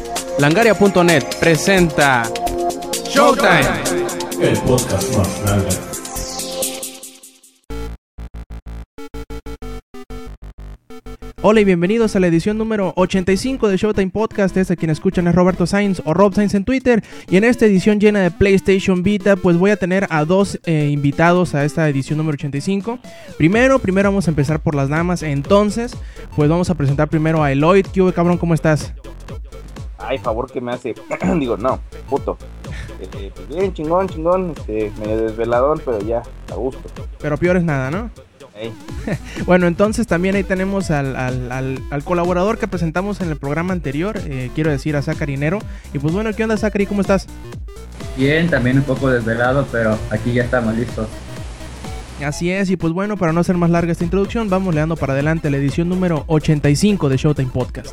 Langaria.net presenta Showtime, el podcast más grande. Hola y bienvenidos a la edición número 85 de Showtime Podcast. Este quien escuchan es Roberto Sainz o Rob Sainz en Twitter. Y en esta edición llena de PlayStation Vita, pues voy a tener a dos invitados a esta edición número 85. Primero vamos a empezar por las damas. Entonces, pues vamos a presentar primero a Eloyd. ¿Qué hubo, cabrón? ¿Cómo estás? Ay, favor que me hace. Digo, no, puto. Pues bien, chingón. Medio desveladón, pero ya, a gusto. Pero peor es nada, ¿no? Hey. Bueno, entonces también ahí tenemos al colaborador que presentamos en el programa anterior, quiero decir a Zachary Nero. Y pues bueno, ¿qué onda, Zachary? ¿Cómo estás? Bien, también un poco desvelado, pero aquí ya estamos listos. Así es, y pues bueno, para no hacer más larga esta introducción, vamos le dando para adelante la edición número 85 de Showtime Podcast.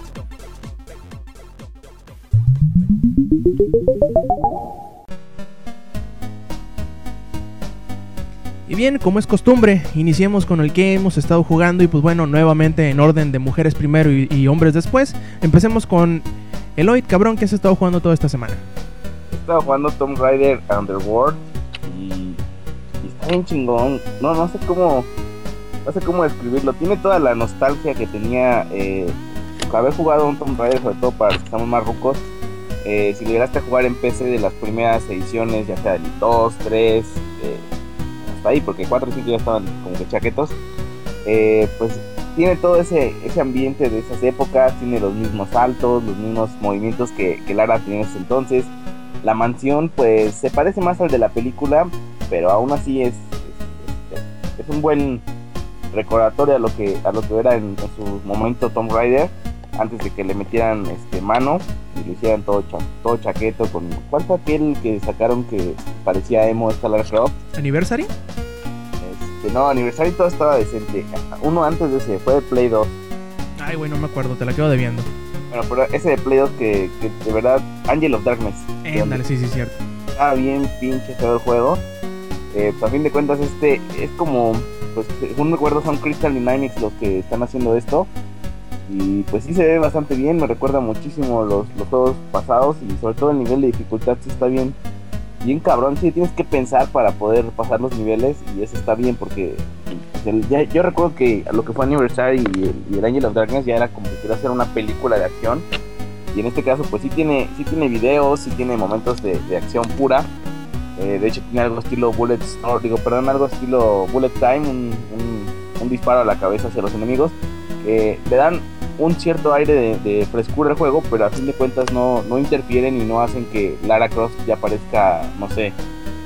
Y bien, como es costumbre, iniciemos con el que hemos estado jugando. Y pues bueno, nuevamente en orden de mujeres primero y hombres después. Empecemos con Eloyd, cabrón, ¿qué has estado jugando toda esta semana? He estado jugando Tomb Raider Underworld y está bien chingón. No sé cómo describirlo. Tiene toda la nostalgia que tenía haber jugado un Tomb Raider, sobre todo para los que estamos más rucos. Si llegaste a jugar en PC de las primeras ediciones, ya sea el 2, 3... ahí, porque 4 y 5 ya estaban como que chaquetos, pues tiene todo ese ambiente de esas épocas, tiene los mismos saltos, los mismos movimientos que Lara tenía en ese entonces. La mansión pues se parece más al de la película, pero aún así es un buen recordatorio a lo que era en su momento Tomb Raider, antes de que le metieran mano y lo hicieran todo chaqueto. ¿Cuál fue aquel que sacaron que parecía emo, esta Lara Croft? ¿Anniversary? No, Anniversary todo estaba decente. Uno antes de ese fue de Play 2. Ay, güey, no me acuerdo, te la quedo debiendo. Bueno, pero ese de Play 2 que de verdad, Angel of Darkness. Dale, sí, cierto. Estaba bien pinche feo el juego. Pues a fin de cuentas es como, pues según recuerdo son Crystal Dynamics los que están haciendo esto. Y pues sí se ve bastante bien, me recuerda muchísimo los juegos pasados. Y sobre todo el nivel de dificultad sí está bien cabrón. Sí tienes que pensar para poder pasar los niveles, y eso está bien porque yo recuerdo que lo que fue Anniversary y el Angel of Darkness ya era como que quiero hacer una película de acción. Y en este caso pues sí tiene videos, sí tiene momentos de acción pura. De hecho tiene algo estilo algo estilo Bullet Time, un disparo a la cabeza hacia los enemigos. Le dan un cierto aire de frescura al juego, pero a fin de cuentas no interfieren y no hacen que Lara Croft ya parezca, no sé,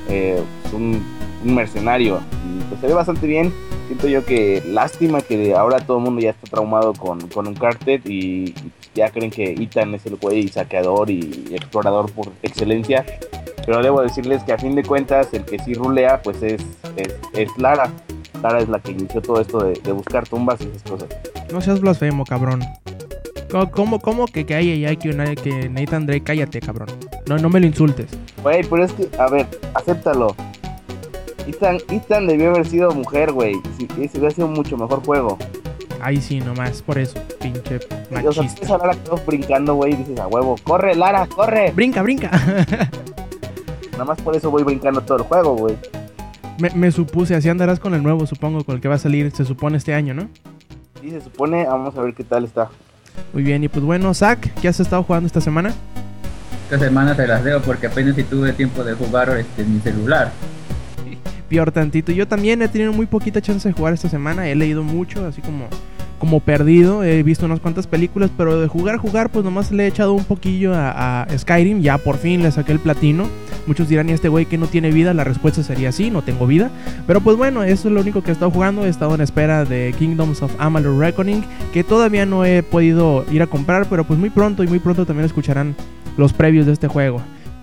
un mercenario. Y pues se ve bastante bien. Siento yo que lástima que ahora todo el mundo ya está traumado con Uncharted y ya creen que Ethan es el güey saqueador y explorador por excelencia. Pero debo decirles que a fin de cuentas el que sí rulea pues es Lara. Lara es la que inició todo esto de buscar tumbas y esas cosas. No seas blasfemo, cabrón. ¿Cómo que que Nathan Drake? Cállate, cabrón. No me lo insultes. Güey, pero es que, a ver, acéptalo. Ethan debió haber sido mujer, güey. Ese hubiera sido un mucho mejor juego. Ay, sí, nomás, por eso, pinche machista. O sea, esa Lara quedó brincando, güey, y dices, a huevo, ¡corre, Lara, corre! ¡Brinca! Nada más por eso voy brincando todo el juego, güey. Me supuse, así andarás con el nuevo, supongo, con el que va a salir, se supone, este año, ¿no? Sí, se supone, vamos a ver qué tal está. Muy bien, y pues bueno, Zach, ¿qué has estado jugando esta semana? Esta semana se las debo porque apenas si tuve tiempo de jugar en mi celular. Peor tantito, yo también he tenido muy poquita chance de jugar esta semana, he leído mucho, así como perdido, he visto unas cuantas películas, pero de jugar, pues nomás le he echado un poquillo a Skyrim, ya por fin le saqué el platino. Muchos dirán, ¿y este güey que no tiene vida? La respuesta sería sí, no tengo vida. Pero pues bueno, eso es lo único que he estado jugando. He estado en espera de Kingdoms of Amalur Reckoning, que todavía no he podido ir a comprar, pero pues muy pronto también escucharán los previews de este juego.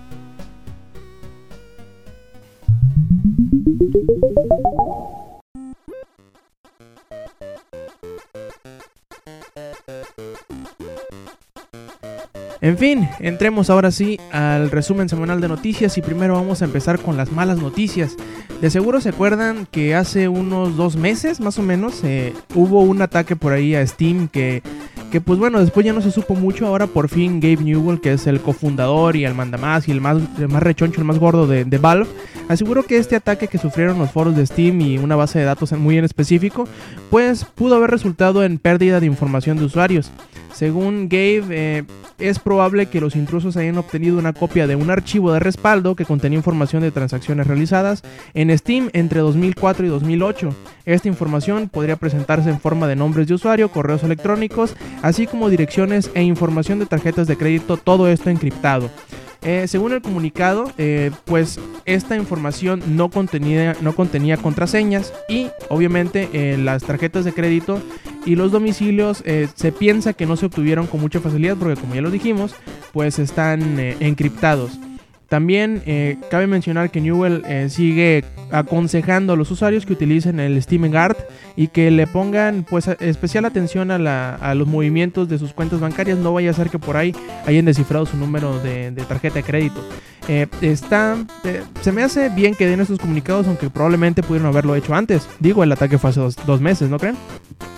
En fin, entremos ahora sí al resumen semanal de noticias y primero vamos a empezar con las malas noticias. De seguro se acuerdan que hace unos 2 meses más o menos hubo un ataque por ahí a Steam que que pues bueno, después ya no se supo mucho. Ahora por fin Gabe Newell, que es el cofundador y el mandamás y el más rechoncho, el más gordo de Valve, aseguró que este ataque que sufrieron los foros de Steam y una base de datos muy en específico, pues pudo haber resultado en pérdida de información de usuarios. Según Gabe, es probable que los intrusos hayan obtenido una copia de un archivo de respaldo que contenía información de transacciones realizadas en Steam entre 2004 y 2008. Esta información podría presentarse en forma de nombres de usuario, correos electrónicos, así como direcciones e información de tarjetas de crédito, todo esto encriptado. Según el comunicado, pues esta información no contenía contraseñas y obviamente las tarjetas de crédito y los domicilios se piensa que no se obtuvieron con mucha facilidad porque, como ya lo dijimos, pues están encriptados. También cabe mencionar que Newell sigue aconsejando a los usuarios que utilicen el Steam Guard y que le pongan pues especial atención a los movimientos de sus cuentas bancarias. No vaya a ser que por ahí hayan descifrado su número de tarjeta de crédito. Se me hace bien que den estos comunicados, aunque probablemente pudieron haberlo hecho antes. Digo, el ataque fue hace dos meses, ¿no creen?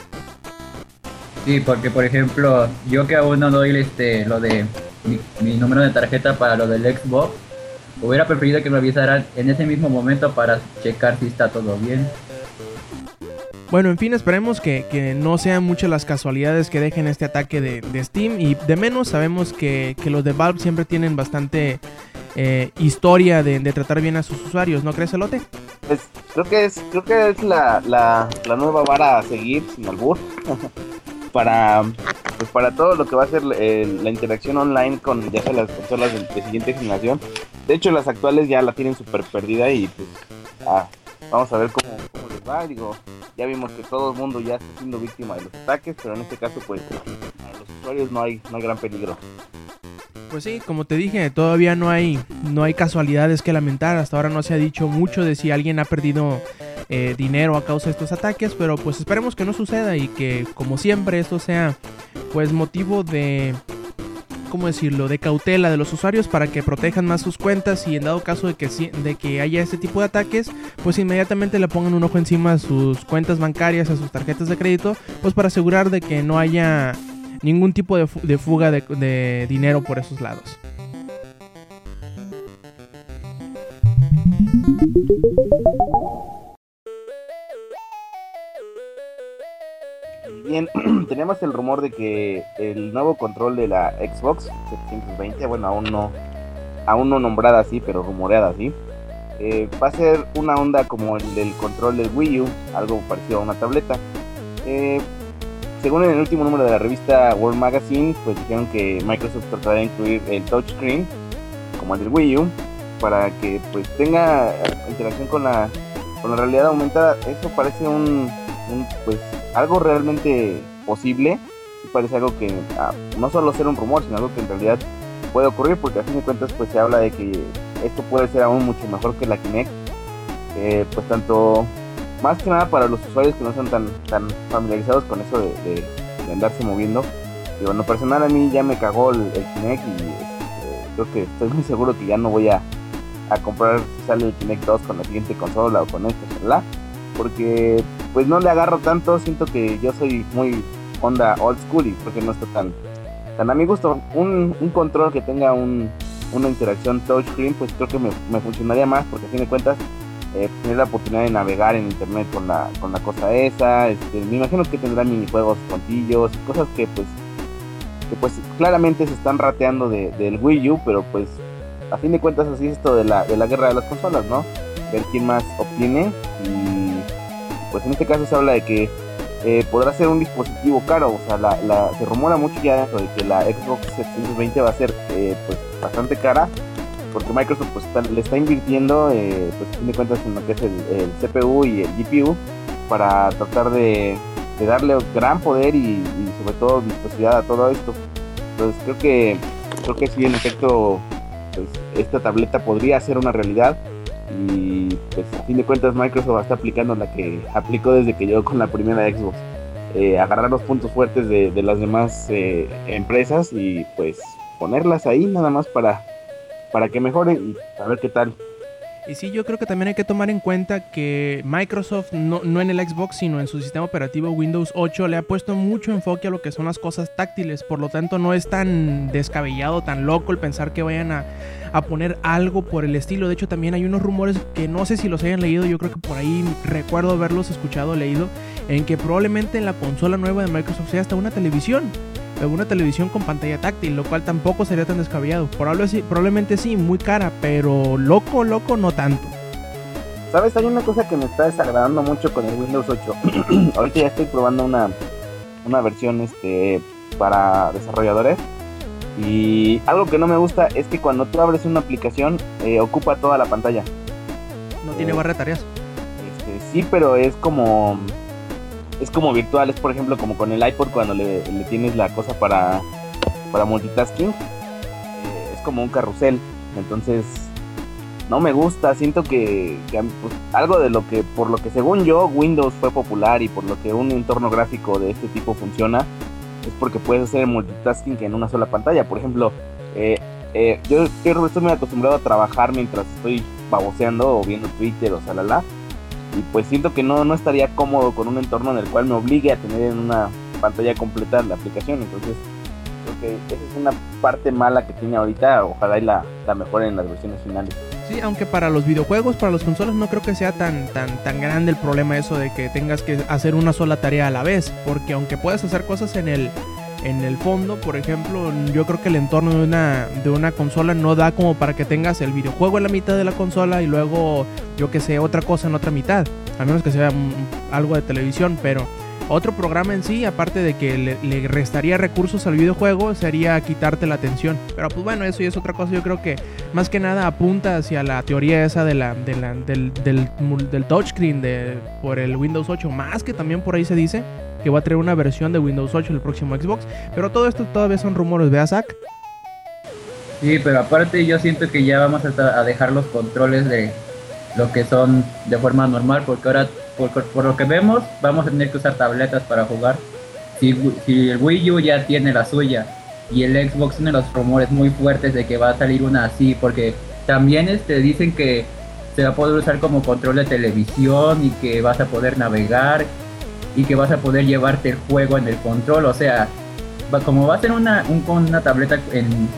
Sí, porque por ejemplo, yo que aún no doy lo de mi número de tarjeta para lo del Xbox, hubiera preferido que me avisaran en ese mismo momento para checar si está todo bien. Bueno, en fin, esperemos que no sean muchas las casualidades que dejen este ataque de Steam, y de menos sabemos que los de Valve siempre tienen bastante historia de tratar bien a sus usuarios, ¿no crees, Elote? Pues creo que es la nueva vara a seguir, sin albur, para todo lo que va a ser la interacción online con ya sea las consolas de siguiente generación. De hecho, las actuales ya la tienen súper perdida y pues vamos a ver cómo les va. Digo, ya vimos que todo el mundo ya está siendo víctima de los ataques, pero en este caso pues para los usuarios no hay gran peligro. Pues sí, como te dije, todavía no hay casualidades que lamentar. Hasta ahora no se ha dicho mucho de si alguien ha perdido dinero a causa de estos ataques, pero pues esperemos que no suceda y que, como siempre, esto sea pues motivo de, ¿cómo decirlo?, de cautela de los usuarios para que protejan más sus cuentas, y en dado caso de que haya este tipo de ataques, pues inmediatamente le pongan un ojo encima a sus cuentas bancarias, a sus tarjetas de crédito, pues para asegurar de que no haya ningún tipo de fuga de dinero por esos lados. Bien, tenemos el rumor de que el nuevo control de la Xbox 720, bueno, aún no nombrada así, pero rumoreada así, va a ser una onda como el del control del Wii U, algo parecido a una tableta. Según el último número de la revista World Magazine, pues dijeron que Microsoft tratará de incluir el touchscreen como el del Wii U para que pues tenga interacción con la realidad aumentada. Eso parece pues algo realmente posible. Sí, parece algo que no solo ser un rumor, sino algo que en realidad puede ocurrir, porque a fin de cuentas pues se habla de que esto puede ser aún mucho mejor que la Kinect, pues tanto más que nada para los usuarios que no son tan familiarizados con eso de andarse moviendo. Digo, en lo personal a mí ya me cagó el Kinect y creo que estoy muy seguro que ya no voy a comprar si sale el Kinect 2 con la siguiente consola o con esta, ¿verdad? Porque pues no le agarro tanto. Siento que yo soy muy onda old school y porque no está tan a mi gusto. Un control que tenga una interacción touchscreen, pues creo que me funcionaría más, porque a fin de cuentas tener la oportunidad de navegar en internet con la cosa esa, me imagino que tendrá minijuegos tontillos, cosas que pues claramente se están rateando del Wii U, pero pues a fin de cuentas así es esto de la guerra de las consolas, ¿no? Ver quién más obtiene, y pues en este caso se habla de que podrá ser un dispositivo caro. O sea, se rumora mucho ya de que la Xbox 720 va a ser pues bastante cara, porque Microsoft pues le está invirtiendo pues a fin de cuentas en lo que es el CPU y el GPU para tratar de darle gran poder y sobre todo vistosidad a todo esto. Entonces creo que sí, en efecto, pues esta tableta podría ser una realidad, y pues a fin de cuentas Microsoft está aplicando la que aplicó desde que llegó con la primera Xbox, agarrar los puntos fuertes de las demás empresas y pues ponerlas ahí nada más para que mejoren y a ver qué tal. Y sí, yo creo que también hay que tomar en cuenta que Microsoft, no en el Xbox, sino en su sistema operativo Windows 8, le ha puesto mucho enfoque a lo que son las cosas táctiles. Por lo tanto, no es tan descabellado, tan loco el pensar que vayan a poner algo por el estilo. De hecho, también hay unos rumores que no sé si los hayan leído, yo creo que por ahí recuerdo haberlos escuchado o leído, en que probablemente en la consola nueva de Microsoft sea hasta una televisión con pantalla táctil, lo cual tampoco sería tan descabellado. Probablemente sí, muy cara, pero loco no tanto. ¿Sabes? Hay una cosa que me está desagradando mucho con el Windows 8. Ahorita ya estoy probando una versión para desarrolladores. Y algo que no me gusta es que cuando tú abres una aplicación, ocupa toda la pantalla. No tiene barra de tareas. Sí, pero es como virtual. Es por ejemplo como con el iPod cuando le tienes la cosa para multitasking. Es como un carrusel. Entonces no me gusta. Siento que pues, algo de por lo que según yo Windows fue popular y por lo que un entorno gráfico de este tipo funciona, es porque puedes hacer el multitasking en una sola pantalla. Por ejemplo, yo estoy muy acostumbrado a trabajar mientras estoy baboseando o viendo Twitter o salala. Y pues siento que no estaría cómodo con un entorno en el cual me obligue a tener en una pantalla completa la aplicación. Entonces creo que esa es una parte mala que tiene ahorita. Ojalá y la mejoren en las versiones finales. Sí, aunque para los videojuegos, para las consolas, no creo que sea tan grande el problema eso de que tengas que hacer una sola tarea a la vez. Porque aunque puedas hacer cosas en el fondo, por ejemplo, yo creo que el entorno de una consola no da como para que tengas el videojuego en la mitad de la consola y luego, yo que sé, otra cosa en otra mitad. A menos que sea algo de televisión, pero otro programa en sí, aparte de que le restaría recursos al videojuego, sería quitarte la atención. Pero pues bueno, eso ya es otra cosa. Yo creo que más que nada apunta hacia la teoría esa del touchscreen por el Windows 8, más que también por ahí se dice que va a traer una versión de Windows 8 el próximo Xbox. Pero todo esto todavía son rumores, ¿verdad, Zach? Sí, pero aparte yo siento que ya vamos a dejar los controles de lo que son de forma normal, porque ahora por lo que vemos vamos a tener que usar tabletas para jugar. Si el Wii U ya tiene la suya y el Xbox tiene los rumores muy fuertes de que va a salir una así, porque también dicen que se va a poder usar como control de televisión y que vas a poder navegar y que vas a poder llevarte el juego en el control. O sea, como va a ser una tableta en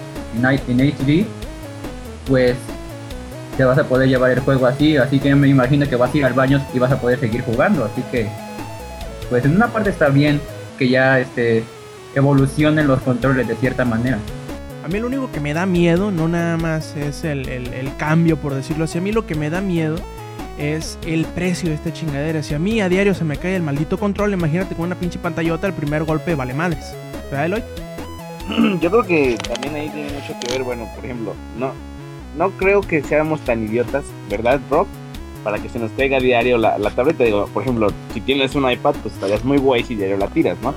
HD, pues te vas a poder llevar el juego así que me imagino que vas a ir al baño y vas a poder seguir jugando. Así que pues en una parte está bien que ya evolucionen los controles de cierta manera. A mí lo único que me da miedo no nada más es el cambio, por decirlo así. A mí lo que me da miedo es el precio de esta chingadera. Si a mí a diario se me cae el maldito control, imagínate con una pinche pantallota, el primer golpe vale madres. ¿Verdad, Eloy? Yo creo que también ahí tiene mucho que ver. Bueno, por ejemplo, no creo que seamos tan idiotas, ¿verdad, Rob? Para que se nos caiga a diario la tableta. Digo, por ejemplo, si tienes un iPad, pues estarías muy güey si diario la tiras, ¿no?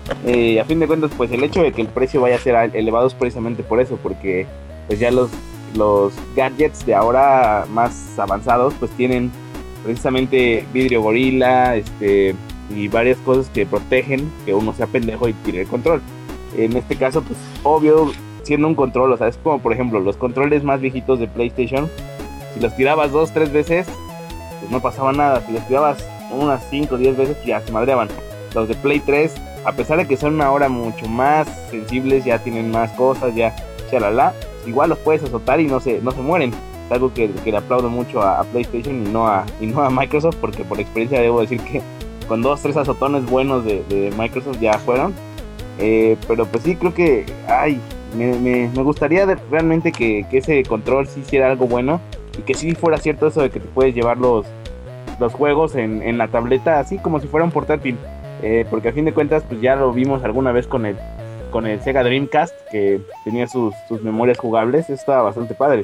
A fin de cuentas, pues el hecho de que el precio vaya a ser elevado es precisamente por eso, porque pues ya los gadgets de ahora más avanzados pues tienen precisamente vidrio gorila, y varias cosas que protegen que uno sea pendejo y tire el control. En este caso, pues obvio, siendo un control, o sea, es como por ejemplo los controles más viejitos de PlayStation. Si los tirabas 2-3 veces, pues no pasaba nada. Si los tirabas unas 5-10 veces, pues ya se madreaban. Los de Play 3, a pesar de que son ahora mucho más sensibles, ya tienen más cosas, ya chalala, igual los puedes azotar y no se mueren. Es algo que le aplaudo mucho a PlayStation y no a Microsoft, porque por experiencia debo decir que con 2-3 azotones buenos de Microsoft ya fueron. Pero pues sí, creo que me gustaría realmente que ese control sí hiciera algo bueno y que sí fuera cierto eso de que te puedes llevar los juegos en la tableta así como si fuera un portátil. Porque a fin de cuentas pues ya lo vimos alguna vez con el Sega Dreamcast, que tenía sus memorias jugables. Eso estaba bastante padre.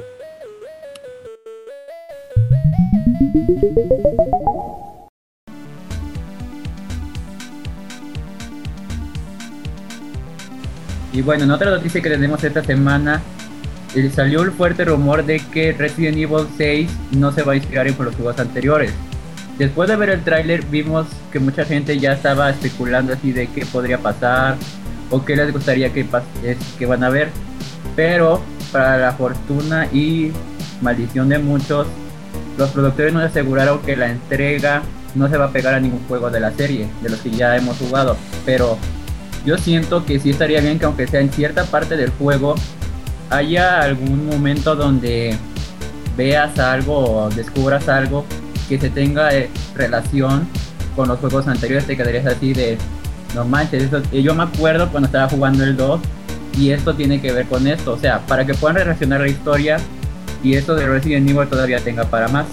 Y bueno, en otra noticia que tenemos esta semana, salió el fuerte rumor de que Resident Evil 6 no se va a inspirar en los juegos anteriores. Después de ver el tráiler vimos que mucha gente ya estaba especulando así de qué podría pasar o qué les gustaría que van a ver. Pero para la fortuna y maldición de muchos, los productores nos aseguraron que la entrega no se va a pegar a ningún juego de la serie, de los que ya hemos jugado, pero yo siento que sí estaría bien que aunque sea en cierta parte del juego haya algún momento donde veas algo o descubras algo que se tenga relación con los juegos anteriores. Te quedarías así de no manches, eso, yo me acuerdo cuando estaba jugando el 2 y esto tiene que ver con esto, o sea, para que puedan relacionar la historia y esto de Resident Evil todavía tenga para más.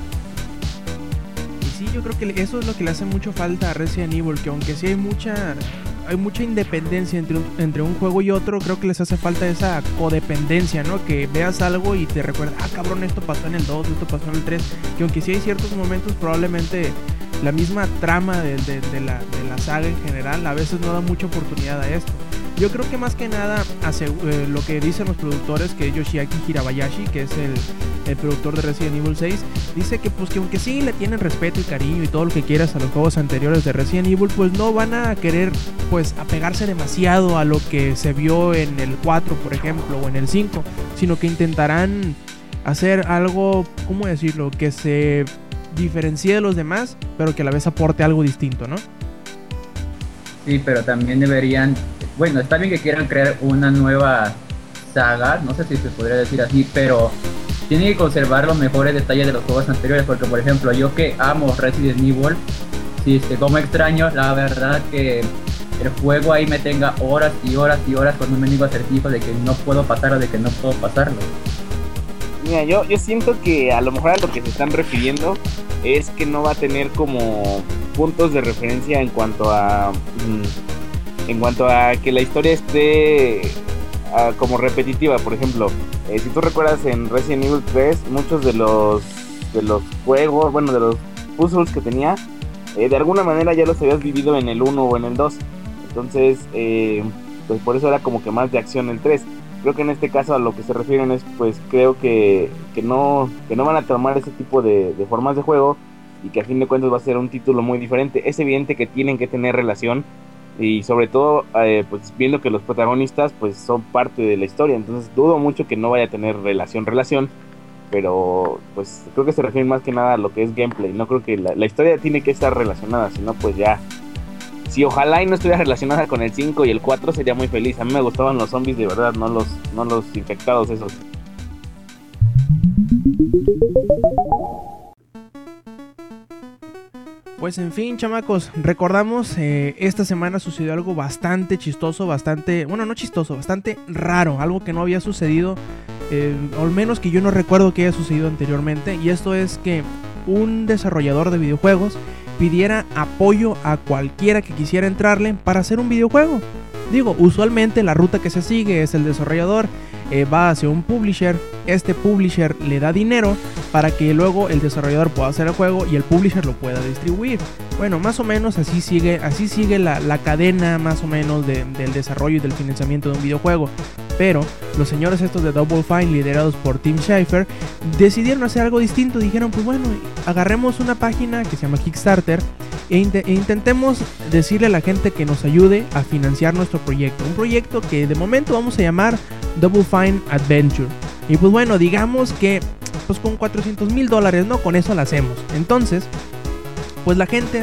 Y sí, yo creo que eso es lo que le hace mucho falta a Resident Evil, que aunque sí hay mucha independencia entre un juego y otro, creo que les hace falta esa codependencia, ¿no? Que veas algo y te recuerda, cabrón, esto pasó en el 2, esto pasó en el 3, que aunque sí hay ciertos momentos, probablemente la misma trama de la saga en general a veces no da mucha oportunidad a esto. Yo creo que más que nada lo que dicen los productores, que Yoshiaki Hirabayashi, que es el productor de Resident Evil 6, dice que pues que aunque sí le tienen respeto y cariño y todo lo que quieras a los juegos anteriores de Resident Evil, pues no van a querer pues apegarse demasiado a lo que se vio en el 4, por ejemplo, o en el 5, sino que intentarán hacer algo, ¿cómo decirlo?, que se diferencie de los demás, pero que a la vez aporte algo distinto, ¿no? Sí, pero también deberían, bueno, está bien que quieran crear una nueva saga, no sé si se podría decir así, pero tienen que conservar los mejores detalles de los juegos anteriores, porque por ejemplo, yo que amo Resident Evil, sí, como extraño, la verdad que el juego ahí me tenga horas y horas y horas con un mendigo acertijo de que no puedo pasarlo, de que no puedo pasarlo. Mira, yo siento que a lo mejor a lo que se están refiriendo es que no va a tener como puntos de referencia en cuanto a que la historia esté como repetitiva. Por ejemplo, si tú recuerdas en Resident Evil 3, muchos de los juegos, bueno, de los puzzles que tenía, de alguna manera ya los habías vivido en el 1 o en el 2. Entonces, pues por eso era como que más de acción el 3. Creo que en este caso a lo que se refieren es, pues creo que no van a tomar ese tipo de formas de juego, y que a fin de cuentas va a ser un título muy diferente. Es evidente que tienen que tener relación, y sobre todo pues viendo que los protagonistas pues son parte de la historia, entonces dudo mucho que no vaya a tener relación, pero pues creo que se refiere más que nada a lo que es gameplay. No creo que la historia tiene que estar relacionada, sino pues ya, si ojalá y no estuviera relacionada con el 5 y el 4 sería muy feliz. A mí me gustaban los zombies de verdad, no los infectados esos. Pues en fin, chamacos, recordamos, esta semana sucedió algo bastante chistoso, bastante raro, algo que no había sucedido, o al menos que yo no recuerdo que haya sucedido anteriormente, y esto es que un desarrollador de videojuegos pidiera apoyo a cualquiera que quisiera entrarle para hacer un videojuego. Digo, usualmente la ruta que se sigue es el desarrollador va hacia un publisher, este publisher le da dinero para que luego el desarrollador pueda hacer el juego y el publisher lo pueda distribuir. Bueno, más o menos así sigue la cadena más o menos del desarrollo y del financiamiento de un videojuego. Pero los señores estos de Double Fine, liderados por Tim Schafer, decidieron hacer algo distinto. Dijeron, pues bueno, agarremos una página que se llama Kickstarter e intentemos decirle a la gente que nos ayude a financiar nuestro proyecto. Un proyecto que de momento vamos a llamar Double Fine Adventure. Y pues bueno, digamos que pues con $400,000, ¿no? Con eso la hacemos. Entonces, pues la gente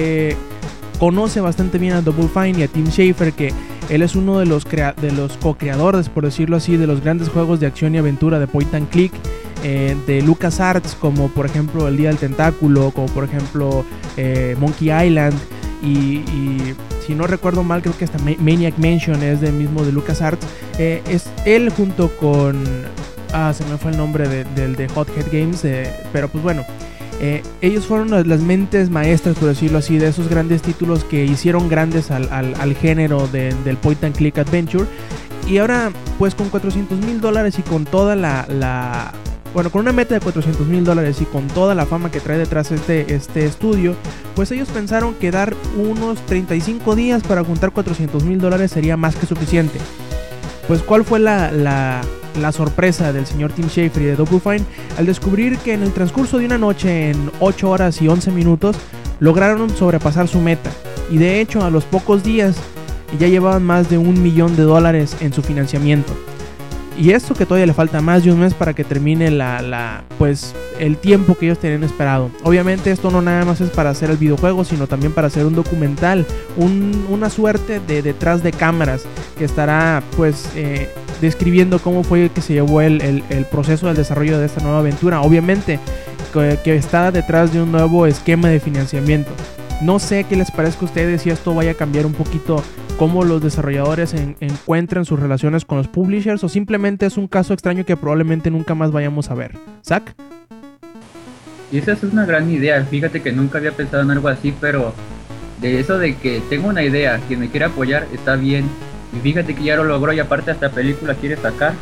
conoce bastante bien a Double Fine y a Tim Schafer, que él es uno de los co-creadores, por decirlo así, de los grandes juegos de acción y aventura de point and click de LucasArts, como por ejemplo El Día del Tentáculo, como por ejemplo Monkey Island, y si no recuerdo mal, creo que hasta Maniac Mansion es del mismo de LucasArts. Es él junto con... se me fue el nombre del de Hothead Games, pero pues bueno, ellos fueron las mentes maestras, por decirlo así, de esos grandes títulos que hicieron grandes al género del point and click adventure. Y ahora, pues con $400,000 y con toda con una meta de $400,000 y con toda la fama que trae detrás este estudio, pues ellos pensaron que dar unos 35 días para juntar $400,000 sería más que suficiente. Pues ¿cuál fue la sorpresa del señor Tim Schafer y de Double Fine? Al descubrir que en el transcurso de una noche, en 8 horas y 11 minutos, lograron sobrepasar su meta. Y de hecho, a los pocos días ya llevaban más de $1 millón en su financiamiento. Y esto que todavía le falta más de un mes para que termine pues el tiempo que ellos tenían esperado. Obviamente esto no nada más es para hacer el videojuego, sino también para hacer un documental, una suerte de detrás de cámaras que estará pues describiendo cómo fue que se llevó el proceso del desarrollo de esta nueva aventura. Obviamente que está detrás de un nuevo esquema de financiamiento. No sé qué les parezca a ustedes, si esto vaya a cambiar un poquito cómo los desarrolladores encuentran sus relaciones con los publishers, o simplemente es un caso extraño que probablemente nunca más vayamos a ver. ¿Zack? Y esa es una gran idea. Fíjate que nunca había pensado en algo así, pero de eso de que tengo una idea, quien me quiere apoyar está bien. Y fíjate que ya lo logró y aparte hasta película quiere sacar.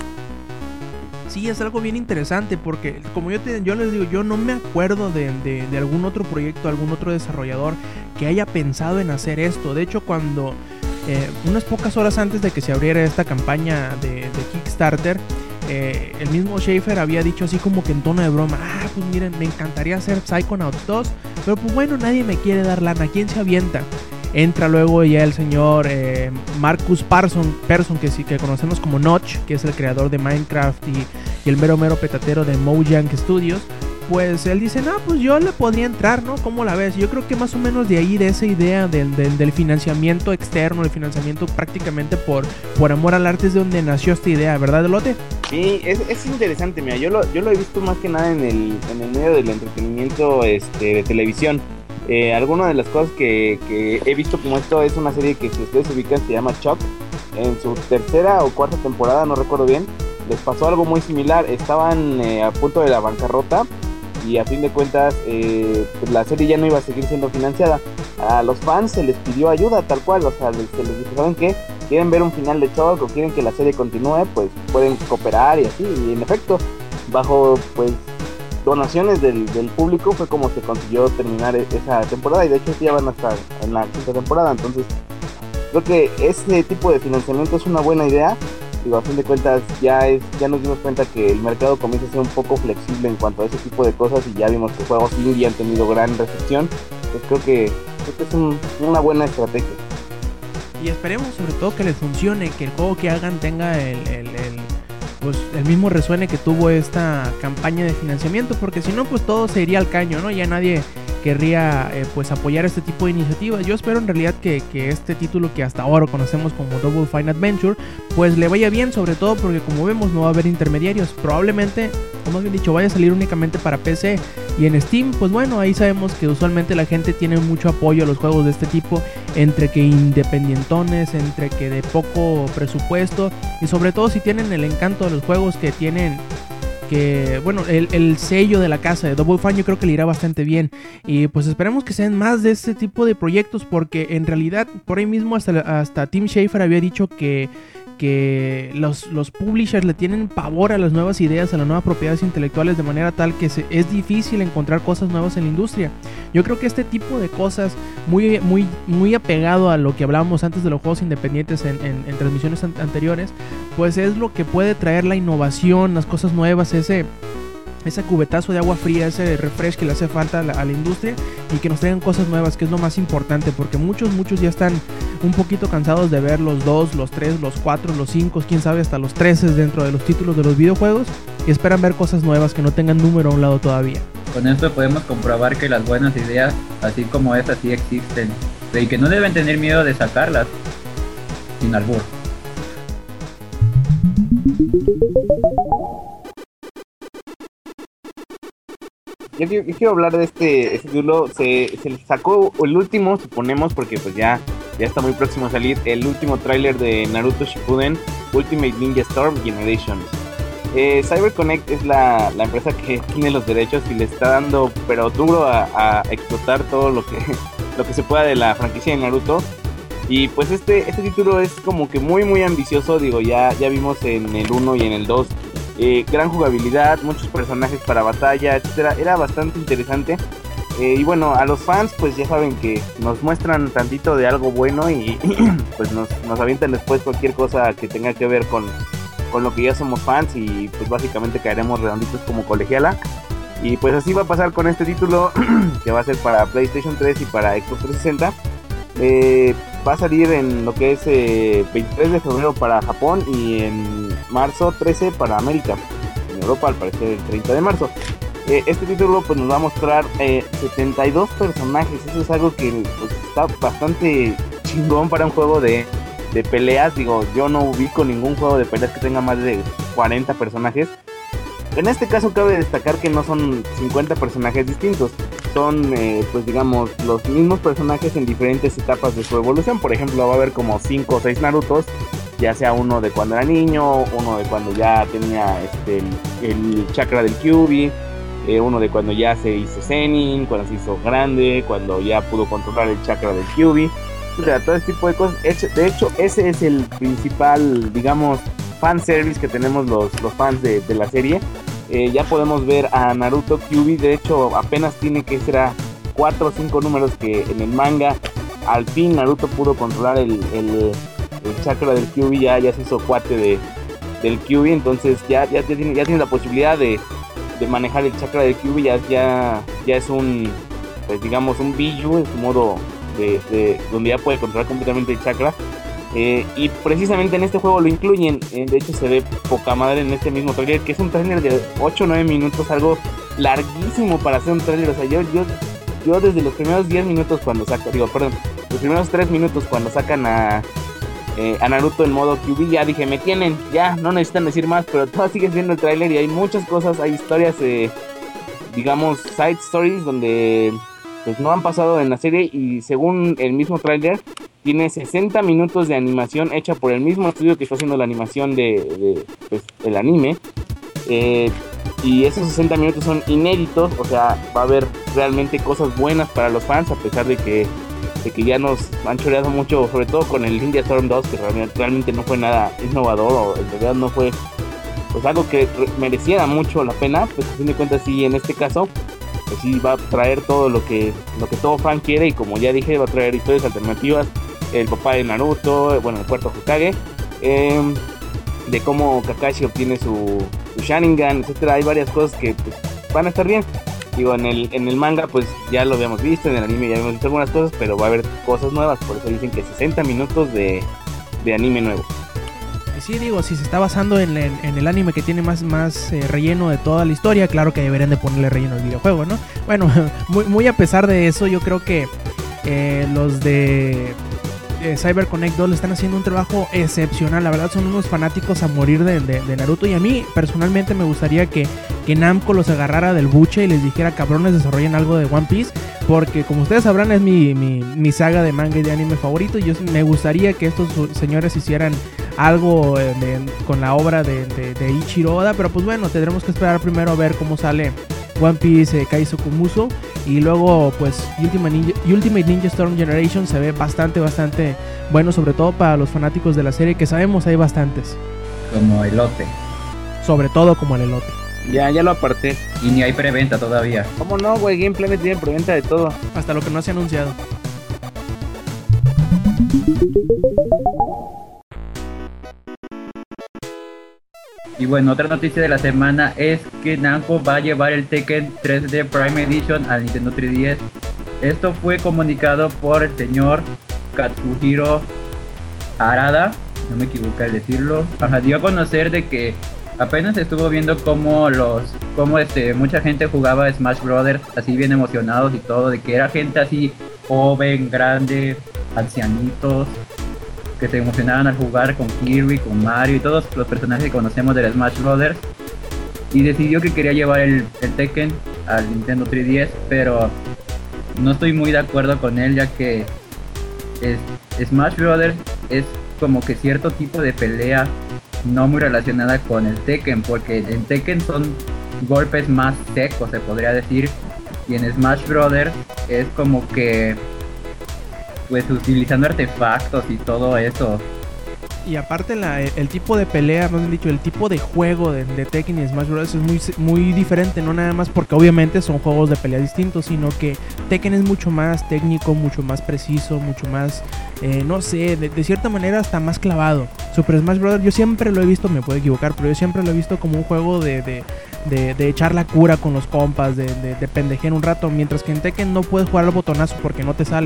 Sí, es algo bien interesante porque como yo les digo, yo no me acuerdo de algún otro proyecto, algún otro desarrollador que haya pensado en hacer esto. De hecho, cuando unas pocas horas antes de que se abriera esta campaña de Kickstarter, el mismo Schafer había dicho así como que en tono de broma: pues miren, me encantaría hacer Psychonauts 2, pero pues bueno, nadie me quiere dar lana, ¿quién se avienta? Entra luego ya el señor Marcus Persson, que conocemos como Notch, que es el creador de Minecraft y el mero petatero de Mojang Studios. Pues él dice: no, pues yo le podría entrar, ¿no? ¿Cómo la ves? Yo creo que más o menos de ahí, de esa idea del financiamiento externo, el financiamiento prácticamente por amor al arte, es de donde nació esta idea, ¿verdad, Elote? Sí, es interesante, mira, yo lo he visto más que nada en el medio del entretenimiento de televisión. Alguna de las cosas que he visto como esto es una serie que, si ustedes ubican, se llama Chuck. En su tercera o cuarta temporada, no recuerdo bien, les pasó algo muy similar. Estaban a punto de la bancarrota y a fin de cuentas pues la serie ya no iba a seguir siendo financiada. A los fans se les pidió ayuda tal cual, o sea, se les dijo: ¿saben qué? ¿Quieren ver un final de Chuck o quieren que la serie continúe? Pues pueden cooperar y así. Y en efecto, bajo pues donaciones del público fue como se consiguió terminar esa temporada, y de hecho ya van a estar en la quinta temporada. Entonces creo que ese tipo de financiamiento es una buena idea. Digo, a fin de cuentas ya nos dimos cuenta que el mercado comienza a ser un poco flexible en cuanto a ese tipo de cosas, y ya vimos que juegos indie han tenido gran recepción. Pues creo que es una buena estrategia. Y esperemos sobre todo que les funcione, que el juego que hagan tenga pues el mismo resuene que tuvo esta campaña de financiamiento, porque si no, pues todo se iría al caño, ¿no? Ya nadie querría pues apoyar este tipo de iniciativas. Yo espero en realidad que este título, que hasta ahora conocemos como Double Fine Adventure, pues le vaya bien, sobre todo porque, como vemos, no va a haber intermediarios. Probablemente, o más bien dicho, vaya a salir únicamente para PC. Y en Steam, pues bueno, ahí sabemos que usualmente la gente tiene mucho apoyo a los juegos de este tipo, entre que independientones, entre que de poco presupuesto, y sobre todo si tienen el encanto de los juegos que tienen, que bueno, el sello de la casa de Double Fine, yo creo que le irá bastante bien. Y pues esperemos que sean más de este tipo de proyectos, porque en realidad por ahí mismo hasta Tim Schafer había dicho que los publishers le tienen pavor a las nuevas ideas, a las nuevas propiedades intelectuales, de manera tal que es difícil encontrar cosas nuevas en la industria. Yo creo que este tipo de cosas, muy apegado a lo que hablábamos antes de los juegos independientes en transmisiones anteriores, pues es lo que puede traer la innovación, las cosas nuevas, ese cubetazo de agua fría, ese refresh que le hace falta a la industria, y que nos traigan cosas nuevas, que es lo más importante, porque muchos ya están un poquito cansados de ver los 2, los 3, los 4, los 5, quién sabe, hasta los 13 dentro de los títulos de los videojuegos, y esperan ver cosas nuevas que no tengan número a un lado todavía. Con esto podemos comprobar que las buenas ideas, así como estas, sí existen, y que no deben tener miedo de sacarlas, sin albur. Yo quiero hablar de este título. Se sacó el último, suponemos, porque pues ya está muy próximo a salir, el último tráiler de Naruto Shippuden Ultimate Ninja Storm Generations. CyberConnect es la empresa que tiene los derechos y le está dando pero duro a explotar todo lo que se pueda de la franquicia de Naruto. Y pues este título es como que muy ambicioso. Digo, ya vimos en el 1 y en el 2 gran jugabilidad, muchos personajes para batalla, etcétera. Era bastante interesante. Y bueno, a los fans pues ya saben que nos muestran tantito de algo bueno y pues nos avientan después cualquier cosa que tenga que ver con lo que ya somos fans, y pues básicamente caeremos redonditos como colegiala. Y pues así va a pasar con este título que va a ser para PlayStation 3 y para Xbox 360. va a salir en lo que es 23 de febrero para Japón y en marzo 13 para América. En Europa al parecer el 30 de marzo. Este título pues nos va a mostrar 72 personajes. Eso es algo que pues, está bastante chingón para un juego de peleas. Digo, yo no ubico ningún juego de peleas que tenga más de 40 personajes. En este caso cabe destacar que no son 50 personajes distintos. Son, pues digamos, los mismos personajes en diferentes etapas de su evolución. Por ejemplo, va a haber como 5 o 6 Narutos. Ya sea uno de cuando era niño, uno de cuando ya tenía el chakra del Kyuubi, uno de cuando ya se hizo Zenin, cuando se hizo grande, cuando ya pudo controlar el chakra del Kyuubi. O sea, todo este tipo de cosas. De hecho, ese es el principal, digamos, fanservice que tenemos los fans de la serie. Ya podemos ver a Naruto Kyuubi. De hecho, apenas tiene que ser a 4 o 5 números que en el manga al fin Naruto pudo controlar el chakra del Kyuubi. Ya se hizo cuate del Kyuubi. Entonces ya tiene la posibilidad de manejar el chakra del Kyuubi. Ya es un, pues digamos, un Biju en su modo de donde ya puede controlar completamente el chakra. Y precisamente en este juego lo incluyen. De hecho se ve poca madre en este mismo trailer, que es un trailer de 8 o 9 minutos, algo larguísimo para hacer un trailer. O sea, yo desde los primeros 10 minutos los primeros 3 minutos cuando sacan a Naruto en modo Kyuubi, ya dije, me tienen, ya no necesitan decir más. Pero todavía sigues viendo el trailer y hay muchas cosas, hay historias, digamos, side stories donde pues no han pasado en la serie. Y según el mismo trailer, tiene 60 minutos de animación hecha por el mismo estudio que está haciendo la animación pues, el anime. Y esos 60 minutos son inéditos. O sea, va a haber realmente cosas buenas para los fans, a pesar de que ya nos han choreado mucho, sobre todo con el Ninja Storm 2, que realmente no fue nada innovador, o en realidad no fue pues algo que mereciera mucho la pena. Pues a fin de cuentas sí, en este caso pues sí va a traer todo lo que todo fan quiere. Y como ya dije, va a traer historias alternativas, el papá de Naruto, bueno, el cuarto Hokage, de cómo Kakashi obtiene su Sharingan, etcétera. Hay varias cosas que pues, van a estar bien. Digo, en el manga pues ya lo habíamos visto, en el anime ya habíamos visto algunas cosas, pero va a haber cosas nuevas. Por eso dicen que 60 minutos de anime nuevo. Sí, digo, si se está basando en el anime que tiene más relleno de toda la historia, claro que deberían de ponerle relleno al videojuego, ¿no? Bueno, muy a pesar de eso, yo creo que los de CyberConnect 2 le están haciendo un trabajo excepcional. La verdad son unos fanáticos a morir de Naruto. Y a mí personalmente me gustaría que Namco los agarrara del buche y les dijera, cabrones, desarrollen algo de One Piece, porque como ustedes sabrán es mi saga de manga y de anime favorito. Y yo me gustaría que estos señores hicieran algo con la obra de Ichiro Oda. Pero pues bueno, tendremos que esperar primero a ver cómo sale One Piece Kaizoku Musou. Y luego pues Ultimate Ninja Storm Generation se ve bastante bueno, sobre todo para los fanáticos de la serie, que sabemos hay bastantes. Como elote. Sobre todo como el elote. Ya lo aparté. Y ni hay preventa todavía. ¿Cómo no, güey? Game Planet tiene preventa de todo. Hasta lo que no se ha anunciado. Y bueno, otra noticia de la semana es que Namco va a llevar el Tekken 3D Prime Edition al Nintendo 3DS. Esto fue comunicado por el señor Katsuhiro Harada, no me equivoco al decirlo. Dio a conocer de que apenas estuvo viendo cómo mucha gente jugaba Smash Brothers así bien emocionados y todo, de que era gente así joven, grande, ancianitos, que se emocionaban al jugar con Kirby, con Mario y todos los personajes que conocemos del Smash Brothers, y decidió que quería llevar el Tekken al Nintendo 3DS, pero no estoy muy de acuerdo con él, ya que Smash Brothers es como que cierto tipo de pelea no muy relacionada con el Tekken, porque en Tekken son golpes más secos, se podría decir, y en Smash Brothers es como que pues utilizando artefactos y todo eso. Y aparte el tipo de pelea, más bien dicho, el tipo de juego de Tekken y Smash Bros. Es muy diferente, no nada más porque obviamente son juegos de pelea distintos, sino que Tekken es mucho más técnico, mucho más preciso, mucho más, no sé, de cierta manera hasta más clavado. Super Smash Bros. Yo siempre lo he visto, me puedo equivocar, pero yo siempre lo he visto como un juego de echar la cura con los compas, de pendejear un rato, mientras que en Tekken no puedes jugar al botonazo porque no te sale.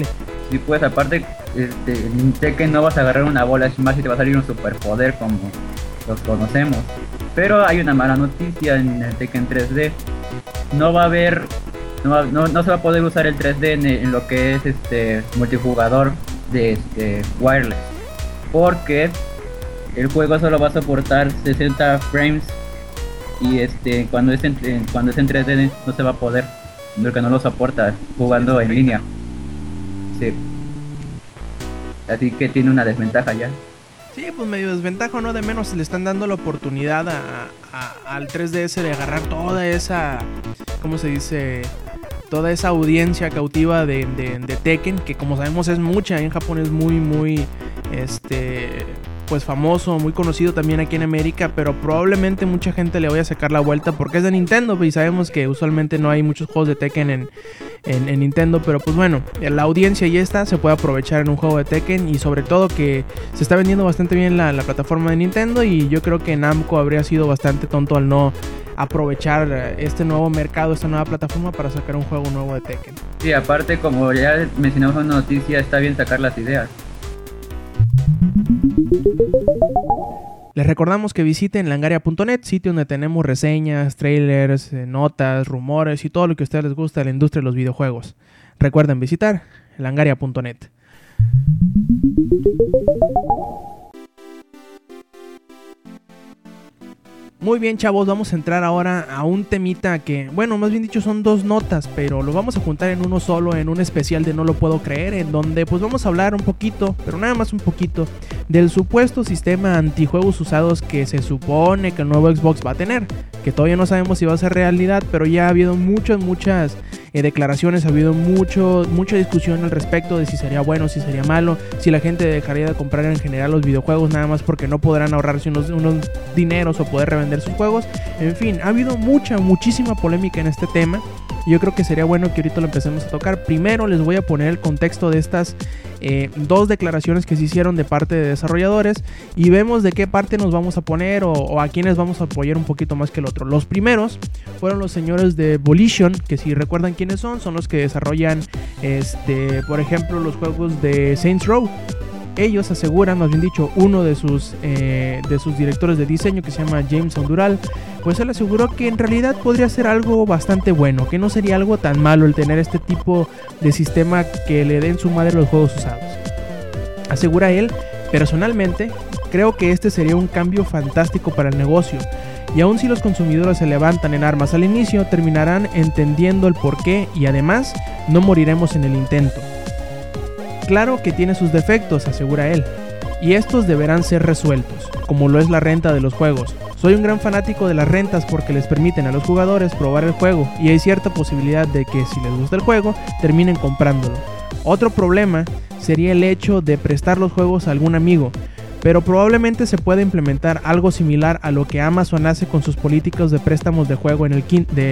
Y pues aparte, en Tekken no vas a agarrar una bola Smash y te va a salir un superpoder como los conocemos. Pero hay una mala noticia en el Tekken 3D. No va a haber, no se va a poder usar el 3D en lo que es multijugador de wireless. Porque el juego solo va a soportar 60 frames y cuando es en 3D no se va a poder, porque no lo soporta jugando en línea. Sí. Así que tiene una desventaja ya. Sí, pues medio desventaja, ¿no? De menos le están dando la oportunidad al 3DS de agarrar toda esa, ¿cómo se dice? Toda esa audiencia cautiva de Tekken, que como sabemos es mucha, en Japón es muy, pues famoso, muy conocido también aquí en América, pero probablemente mucha gente le vaya a sacar la vuelta porque es de Nintendo, pues, y sabemos que usualmente no hay muchos juegos de Tekken en Nintendo, pero pues bueno, la audiencia ya está, se puede aprovechar en un juego de Tekken y sobre todo que se está vendiendo bastante bien la plataforma de Nintendo y yo creo que Namco habría sido bastante tonto al no aprovechar este nuevo mercado, esta nueva plataforma para sacar un juego nuevo de Tekken. Sí, aparte como ya mencionamos en una noticia, está bien sacar las ideas. Les recordamos que visiten langaria.net, sitio donde tenemos reseñas, trailers, notas, rumores y todo lo que a ustedes les gusta de la industria de los videojuegos. Recuerden visitar langaria.net. Muy bien, chavos, vamos a entrar ahora a un temita que, bueno, más bien dicho son dos notas, pero lo vamos a juntar en uno solo, en un especial de No Lo Puedo Creer, en donde pues vamos a hablar un poquito, pero nada más un poquito, del supuesto sistema antijuegos usados que se supone que el nuevo Xbox va a tener, que todavía no sabemos si va a ser realidad, pero ya ha habido muchas declaraciones, ha habido mucha discusión al respecto de si sería bueno, si sería malo, si la gente dejaría de comprar en general los videojuegos nada más porque no podrán ahorrarse unos dineros o poder revender sus juegos. En fin, ha habido muchísima polémica en este tema. Yo creo que sería bueno que ahorita lo empecemos a tocar. Primero les voy a poner el contexto de estas dos declaraciones que se hicieron de parte de desarrolladores y vemos de qué parte nos vamos a poner o a quiénes vamos a apoyar un poquito más que el otro. Los primeros fueron los señores de Volition, que si recuerdan quiénes son los que desarrollan por ejemplo los juegos de Saints Row. Ellos aseguran, más bien dicho, uno de sus directores de diseño, que se llama James Hondural, pues él aseguró que en realidad podría ser algo bastante bueno, que no sería algo tan malo el tener este tipo de sistema que le den su madre a los juegos usados. Asegura él, personalmente, creo que este sería un cambio fantástico para el negocio, y aun si los consumidores se levantan en armas al inicio, terminarán entendiendo el porqué y además no moriremos en el intento. Claro que tiene sus defectos, asegura él, y estos deberán ser resueltos, como lo es la renta de los juegos. Soy un gran fanático de las rentas porque les permiten a los jugadores probar el juego y hay cierta posibilidad de que si les gusta el juego, terminen comprándolo. Otro problema sería el hecho de prestar los juegos a algún amigo, pero probablemente se pueda implementar algo similar a lo que Amazon hace con sus políticas de préstamos de juego en el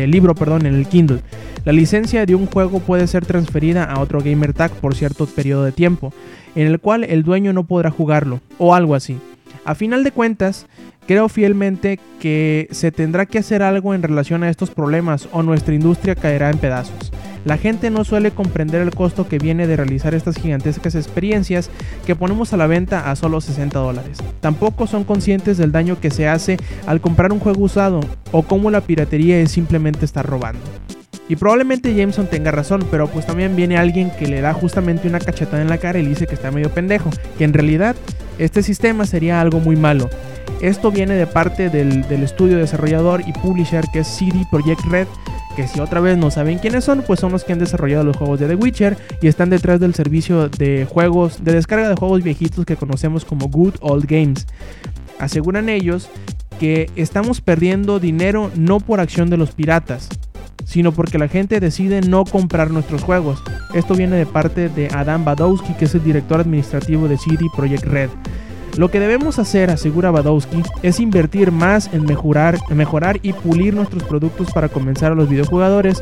Kindle. La licencia de un juego puede ser transferida a otro gamer tag por cierto periodo de tiempo, en el cual el dueño no podrá jugarlo, o algo así. A final de cuentas, creo fielmente que se tendrá que hacer algo en relación a estos problemas o nuestra industria caerá en pedazos. La gente no suele comprender el costo que viene de realizar estas gigantescas experiencias que ponemos a la venta a solo $60. Tampoco son conscientes del daño que se hace al comprar un juego usado o cómo la piratería es simplemente estar robando. Y probablemente Jameson tenga razón, pero pues también viene alguien que le da justamente una cachetada en la cara y le dice que está medio pendejo, que en realidad este sistema sería algo muy malo. Esto viene de parte del estudio desarrollador y publisher que es CD Projekt Red, que si otra vez no saben quiénes son, pues son los que han desarrollado los juegos de The Witcher y están detrás del servicio de juegos, de descarga de juegos viejitos que conocemos como Good Old Games. Aseguran ellos que estamos perdiendo dinero no por acción de los piratas, sino porque la gente decide no comprar nuestros juegos. Esto viene de parte de Adam Badowski, que es el director administrativo de CD Projekt Red. Lo que debemos hacer, asegura Badowski, es invertir más en mejorar y pulir nuestros productos para convencer a los videojugadores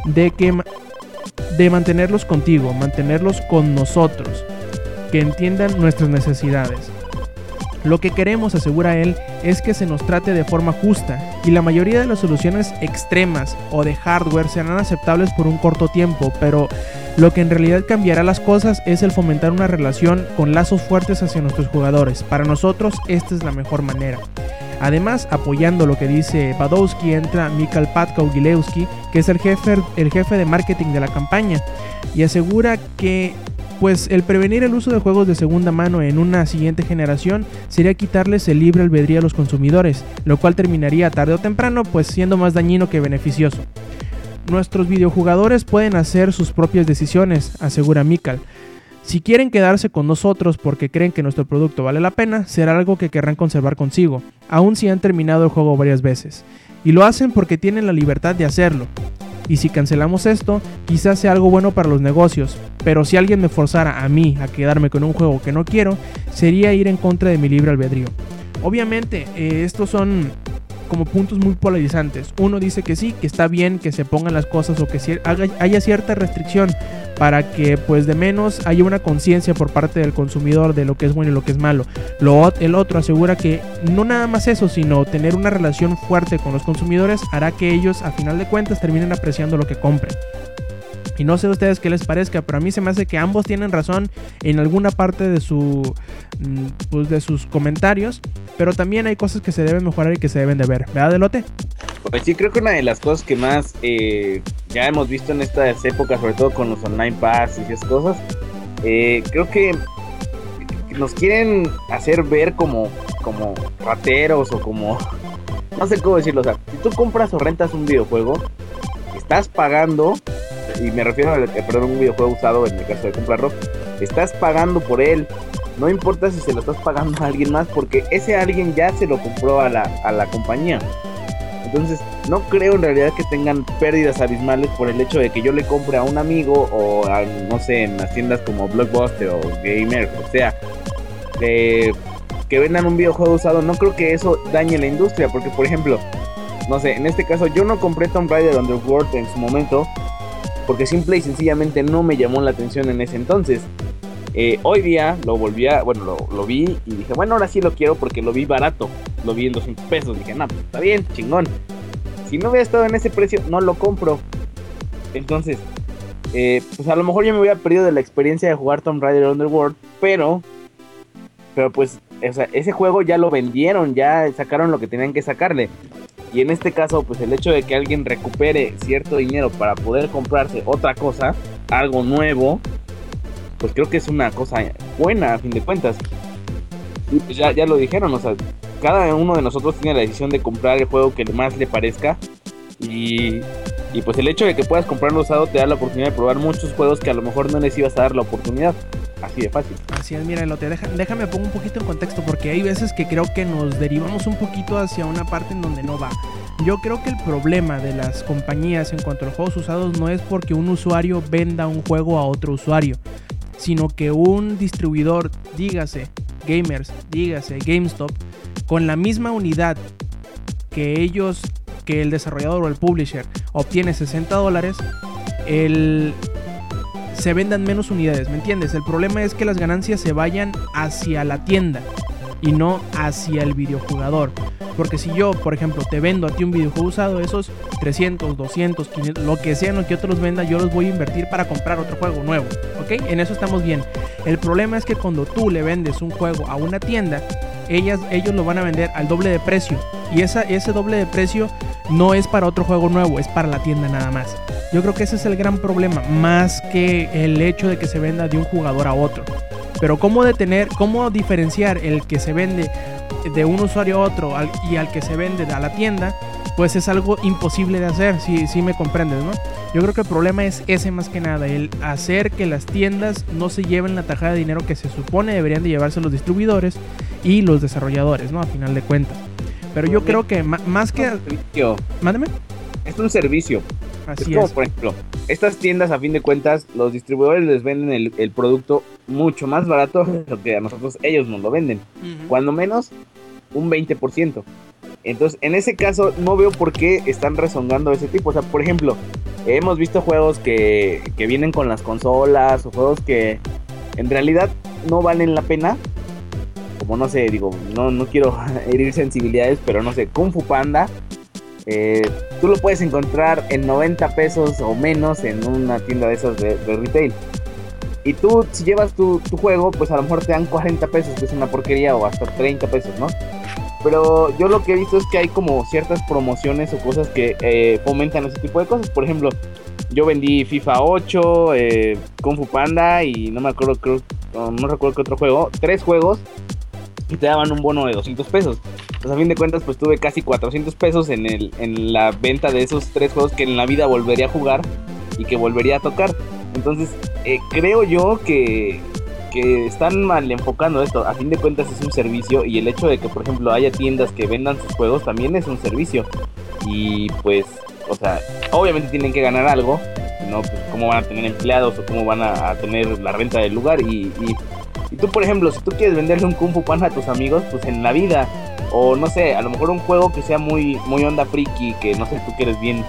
de mantenerlos contigo, mantenerlos con nosotros, que entiendan nuestras necesidades. Lo que queremos, asegura él, es que se nos trate de forma justa, y la mayoría de las soluciones extremas o de hardware serán aceptables por un corto tiempo, pero lo que en realidad cambiará las cosas es el fomentar una relación con lazos fuertes hacia nuestros jugadores. Para nosotros esta es la mejor manera. Además, apoyando lo que dice Badowski, entra Michal Patkau-Gilewski, que es el jefe de marketing de la campaña, y asegura que pues el prevenir el uso de juegos de segunda mano en una siguiente generación sería quitarles el libre albedrío a los consumidores, lo cual terminaría tarde o temprano pues siendo más dañino que beneficioso. Nuestros videojugadores pueden hacer sus propias decisiones, asegura Michal. Si quieren quedarse con nosotros porque creen que nuestro producto vale la pena, será algo que querrán conservar consigo, aun si han terminado el juego varias veces. Y lo hacen porque tienen la libertad de hacerlo. Y si cancelamos esto, quizás sea algo bueno para los negocios, pero si alguien me forzara a mí a quedarme con un juego que no quiero, sería ir en contra de mi libre albedrío. Obviamente, estos son como puntos muy polarizantes. Uno dice que sí, que está bien que se pongan las cosas o que haya cierta restricción para que pues de menos haya una conciencia por parte del consumidor de lo que es bueno y lo que es malo. El otro asegura que no nada más eso, sino tener una relación fuerte con los consumidores hará que ellos a final de cuentas terminen apreciando lo que compren. Y no sé a ustedes qué les parezca, pero a mí se me hace que ambos tienen razón en alguna parte de sus comentarios, pero también hay cosas que se deben mejorar y que se deben de ver, ¿verdad, Delote? Pues sí, creo que una de las cosas que más ya hemos visto en estas épocas, sobre todo con los online pass y esas cosas, creo que nos quieren hacer ver como rateros o como, no sé cómo decirlo. O sea, si tú compras o rentas un videojuego, estás pagando, y me refiero a un videojuego usado en el caso de comprarlo, estás pagando por él. No importa si se lo estás pagando a alguien más, porque ese alguien ya se lo compró a la compañía. Entonces no creo en realidad que tengan pérdidas abismales por el hecho de que yo le compre a un amigo o a, no sé, en las tiendas como Blockbuster o Gamer, o sea, que vendan un videojuego usado. No creo que eso dañe la industria, porque por ejemplo, no sé, en este caso yo no compré Tomb Raider Underworld en su momento porque simple y sencillamente no me llamó la atención en ese entonces. Hoy día lo vi y dije, bueno, ahora sí lo quiero porque lo vi barato, lo vi en 200 pesos, dije, no, pues está bien, chingón. Si no hubiera estado en ese precio, no lo compro. Entonces, pues a lo mejor yo me hubiera perdido de la experiencia de jugar Tomb Raider Underworld, pero pues, o sea, ese juego ya lo vendieron, ya sacaron lo que tenían que sacarle. Y en este caso, pues el hecho de que alguien recupere cierto dinero para poder comprarse otra cosa, algo nuevo, pues creo que es una cosa buena a fin de cuentas. Y pues ya lo dijeron, o sea, cada uno de nosotros tiene la decisión de comprar el juego que más le parezca. Y pues el hecho de que puedas comprarlo usado te da la oportunidad de probar muchos juegos que a lo mejor no les ibas a dar la oportunidad. Así de fácil. Así es, mira, déjame pongo un poquito en contexto, porque hay veces que creo que nos derivamos un poquito hacia una parte en donde no va. Yo creo que el problema de las compañías en cuanto a los juegos usados no es porque un usuario venda un juego a otro usuario, sino que un distribuidor, dígase Gamers, dígase GameStop, con la misma unidad que el desarrollador o el publisher obtiene $60, se vendan menos unidades, ¿me entiendes? El problema es que las ganancias se vayan hacia la tienda y no hacia el videojugador. Porque si yo, por ejemplo, te vendo a ti un videojuego usado, esos 300, 200, 500, lo que sean, lo que otros vendan, yo los voy a invertir para comprar otro juego nuevo, ¿ok? En eso estamos bien. El problema es que cuando tú le vendes un juego a una tienda, ellos lo van a vender al doble de precio. Y ese doble de precio no es para otro juego nuevo, es para la tienda nada más. Yo creo que ese es el gran problema, más que el hecho de que se venda de un jugador a otro. Pero cómo diferenciar el que se vende de un usuario a otro y al que se vende a la tienda, pues es algo imposible de hacer, si me comprendes, ¿no? Yo creo que el problema es ese más que nada, el hacer que las tiendas no se lleven la tajada de dinero que se supone deberían de llevarse los distribuidores y los desarrolladores, ¿no? A final de cuentas. Pero yo creo que más que... Mándeme. Es un servicio. Así es como, por ejemplo, estas tiendas a fin de cuentas, los distribuidores les venden el producto mucho más barato de lo que a nosotros ellos nos lo venden. Cuando menos, un 20%. Entonces, en ese caso, no veo por qué están rezongando ese tipo. O sea, por ejemplo, hemos visto juegos que vienen con las consolas o juegos que en realidad no valen la pena, como no sé, digo, no quiero herir sensibilidades, pero no sé, Kung Fu Panda, tú lo puedes encontrar en 90 pesos o menos en una tienda de esas de retail. Y tú, si llevas tu juego, pues a lo mejor te dan 40 pesos, que es una porquería, o hasta 30 pesos, ¿no? Pero yo lo que he visto es que hay como ciertas promociones o cosas que fomentan ese tipo de cosas. Por ejemplo, yo vendí FIFA 8, Kung Fu Panda y no recuerdo qué otro juego, 3 juegos, y te daban un bono de 200 pesos. Pues a fin de cuentas, pues tuve casi 400 pesos en la venta de esos 3 juegos que en la vida volvería a jugar y que volvería a tocar. Entonces, creo yo que están mal enfocando esto. A fin de cuentas es un servicio, y el hecho de que, por ejemplo, haya tiendas que vendan sus juegos también es un servicio. Y pues, o sea, obviamente tienen que ganar algo, si no, pues cómo van a tener empleados o cómo van a tener la renta del lugar. Y tú, por ejemplo, si tú quieres venderle un Kung Fu Panda a tus amigos, pues en la vida, o no sé, a lo mejor un juego que sea muy onda friki, que no sé, tú que eres bien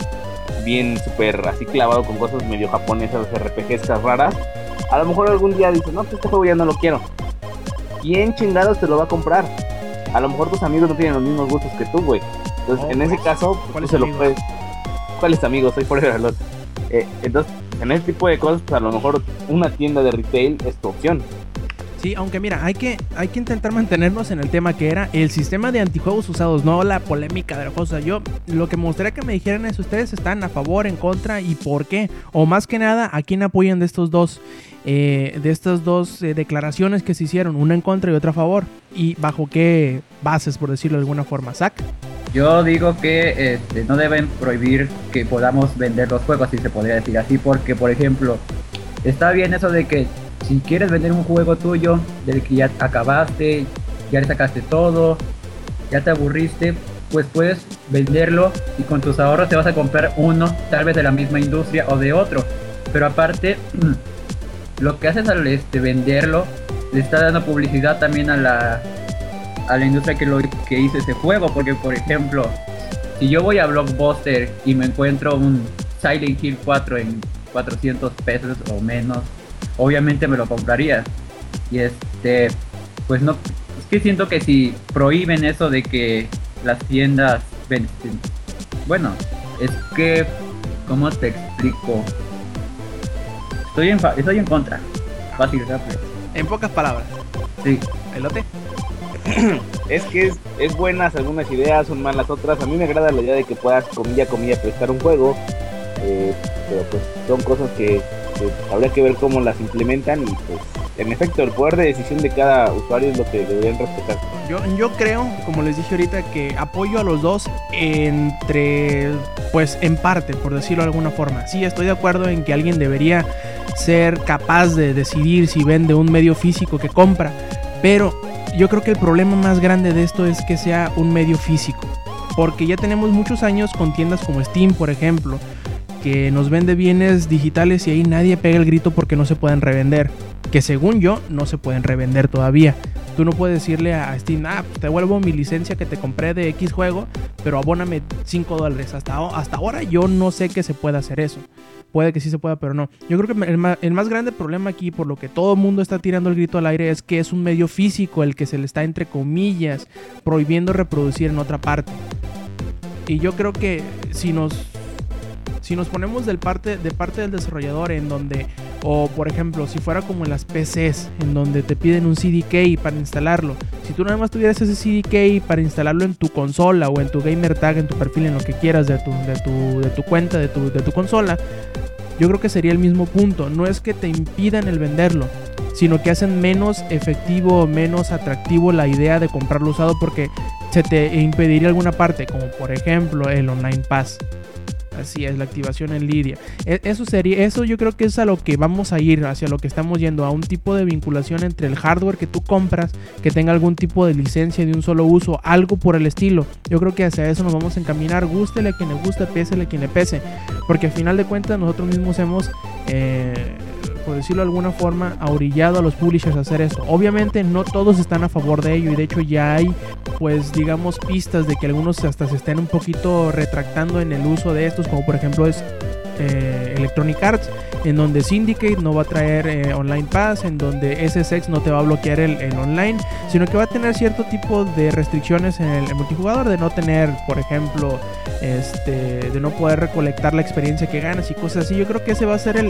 súper así clavado con cosas medio japonesas, RPGs raras, a lo mejor algún día dices, no, pues este juego ya no lo quiero. ¿Quién chingados te lo va a comprar? A lo mejor tus amigos no tienen los mismos gustos que tú, güey. Entonces, en ese caso, tú se lo puedes... ¿Cuáles amigos? Soy Forever Alone. Entonces, en ese tipo de cosas, pues a lo mejor una tienda de retail es tu opción. Sí, aunque mira, hay que intentar mantenernos en el tema que era el sistema de antijuegos usados, no la polémica de la cosa. Yo, lo que me gustaría que me dijeran es, ¿ustedes están a favor, en contra y por qué? O más que nada, ¿a quién apoyan de estos dos? De estas dos declaraciones que se hicieron, una en contra y otra a favor, y bajo qué bases, por decirlo de alguna forma. Zach. Yo digo que no deben prohibir que podamos vender los juegos, si se podría decir así, porque, por ejemplo, está bien eso de que si quieres vender un juego tuyo del que ya acabaste, ya le sacaste todo, ya te aburriste, pues puedes venderlo y con tus ahorros te vas a comprar uno, tal vez de la misma industria o de otro. Pero aparte, lo que haces al venderlo, le está dando publicidad también a la industria que hizo ese juego. Porque, por ejemplo, si yo voy a Blockbuster y me encuentro un Silent Hill 4 en 400 pesos o menos, obviamente me lo compraría. Y pues no, es que siento que si prohíben eso de que las tiendas bueno, es que, ¿cómo te explico? Estoy en contra. Fácil, rápido. En pocas palabras. Sí. ¿Elote? Es que es buenas algunas ideas, son malas otras. A mí me agrada la idea de que puedas, comilla, prestar un juego, pero pues son cosas que habría que ver cómo las implementan. Y pues, en efecto, el poder de decisión de cada usuario es lo que deberían respetar. Yo creo, como les dije ahorita, que apoyo a los dos pues en parte, por decirlo de alguna forma. Sí, estoy de acuerdo en que alguien debería ser capaz de decidir si vende un medio físico que compra, pero yo creo que el problema más grande de esto es que sea un medio físico, porque ya tenemos muchos años con tiendas como Steam, por ejemplo, que nos vende bienes digitales y ahí nadie pega el grito porque no se pueden revender, que según yo no se pueden revender todavía. Tú no puedes decirle a Steam, te devuelvo mi licencia que te compré de X juego, pero abóname $5. Hasta ahora yo no sé que se pueda hacer eso. Puede que sí se pueda, pero no. Yo creo que el más grande problema aquí, por lo que todo el mundo está tirando el grito al aire, es que es un medio físico el que se le está, entre comillas, prohibiendo reproducir en otra parte. Y yo creo que si nos ponemos de parte del desarrollador, en donde, o por ejemplo, si fuera como en las PCs, en donde te piden un CDK para instalarlo, si tú nada más tuvieras ese CDK para instalarlo en tu consola o en tu gamer tag, en tu perfil, en lo que quieras de tu cuenta, de tu consola, yo creo que sería el mismo punto. No es que te impidan el venderlo, sino que hacen menos efectivo, menos atractivo la idea de comprarlo usado, porque se te impediría alguna parte, como por ejemplo el Online Pass. Así es, la activación en línea. Eso yo creo que es a lo que vamos a ir, hacia lo que estamos yendo, a un tipo de vinculación entre el hardware que tú compras, que tenga algún tipo de licencia de un solo uso, algo por el estilo. Yo creo que hacia eso nos vamos a encaminar, gústele a quien le guste, pésele a quien le pese, porque al final de cuentas nosotros mismos hemos por decirlo de alguna forma, ha orillado a los publishers a hacer esto. Obviamente no todos están a favor de ello y de hecho ya hay, pues digamos, pistas de que algunos hasta se estén un poquito retractando en el uso de estos, como por ejemplo es Electronic Arts, en donde Syndicate no va a traer Online Pass, en donde SSX no te va a bloquear el online, sino que va a tener cierto tipo de restricciones en el multijugador, de no tener, por ejemplo, de no poder recolectar la experiencia que ganas y cosas así. Yo creo que ese va a ser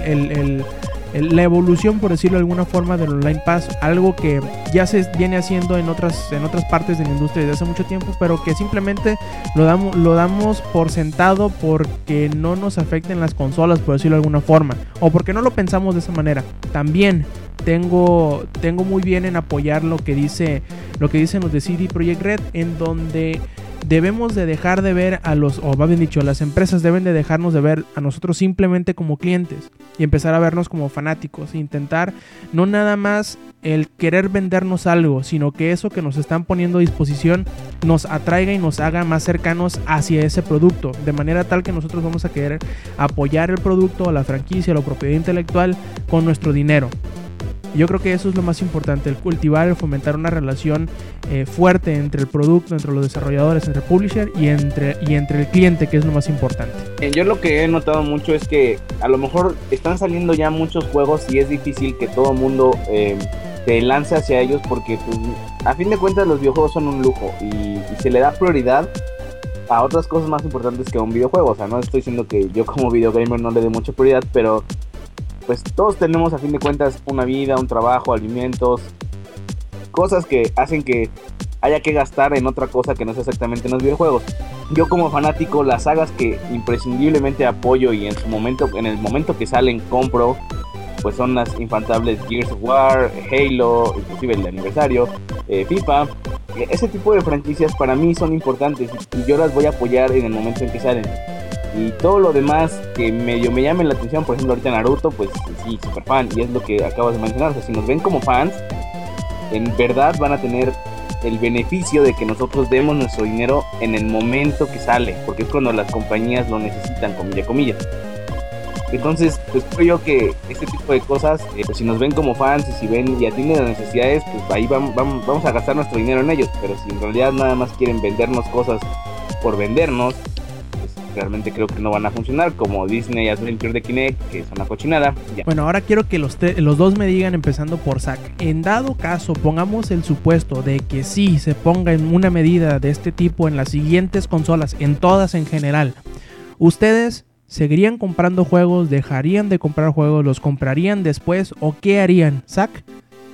la evolución, por decirlo de alguna forma, del Online Pass, algo que ya se viene haciendo en otras partes de la industria desde hace mucho tiempo, pero que simplemente lo damos por sentado porque no nos afecten las consolas, por decirlo de alguna forma, o porque no lo pensamos de esa manera. También tengo muy bien en apoyar lo que dicen los de CD Projekt Red, en donde debemos de dejar de ver las empresas deben de dejarnos de ver a nosotros simplemente como clientes y empezar a vernos como fanáticos, e intentar no nada más el querer vendernos algo, sino que eso que nos están poniendo a disposición nos atraiga y nos haga más cercanos hacia ese producto, de manera tal que nosotros vamos a querer apoyar el producto, la franquicia, la propiedad intelectual con nuestro dinero. Yo creo que eso es lo más importante, el cultivar, el fomentar una relación fuerte entre el producto, entre los desarrolladores, entre el publisher y entre el cliente, que es lo más importante. Yo lo que he notado mucho es que a lo mejor están saliendo ya muchos juegos y es difícil que todo el mundo se lance hacia ellos, porque pues, a fin de cuentas los videojuegos son un lujo y se le da prioridad a otras cosas más importantes que a un videojuego. O sea, no estoy diciendo que yo como videogamer no le dé mucha prioridad, pero pues todos tenemos a fin de cuentas una vida, un trabajo, alimentos, cosas que hacen que haya que gastar en otra cosa que no sea exactamente en los videojuegos. Yo como fanático, las sagas que imprescindiblemente apoyo y en el momento que salen compro, pues son las infaltables Gears of War, Halo, inclusive el aniversario, FIFA. Ese tipo de franquicias para mí son importantes y yo las voy a apoyar en el momento en que salen. Y todo lo demás que medio me llame la atención, por ejemplo ahorita Naruto, pues sí, super fan, y es lo que acabas de mencionar. O sea, si nos ven como fans, en verdad van a tener el beneficio de que nosotros demos nuestro dinero en el momento que sale, porque es cuando las compañías lo necesitan, comillas. Entonces, pues creo yo que este tipo de cosas, pues si nos ven como fans y si ven y atienden las necesidades, pues ahí vamos a gastar nuestro dinero en ellos. Pero si en realidad nada más quieren vendernos cosas por vendernos, realmente creo que no van a funcionar, como Disney Adventure de Kinect, que es una cochinada. Ya. Bueno, ahora quiero que los dos me digan, empezando por Zack. En dado caso, pongamos el supuesto de que sí se ponga en una medida de este tipo en las siguientes consolas, en todas en general, ¿ustedes seguirían comprando juegos? ¿Dejarían de comprar juegos? ¿Los comprarían después? ¿O qué harían? ¿Zack?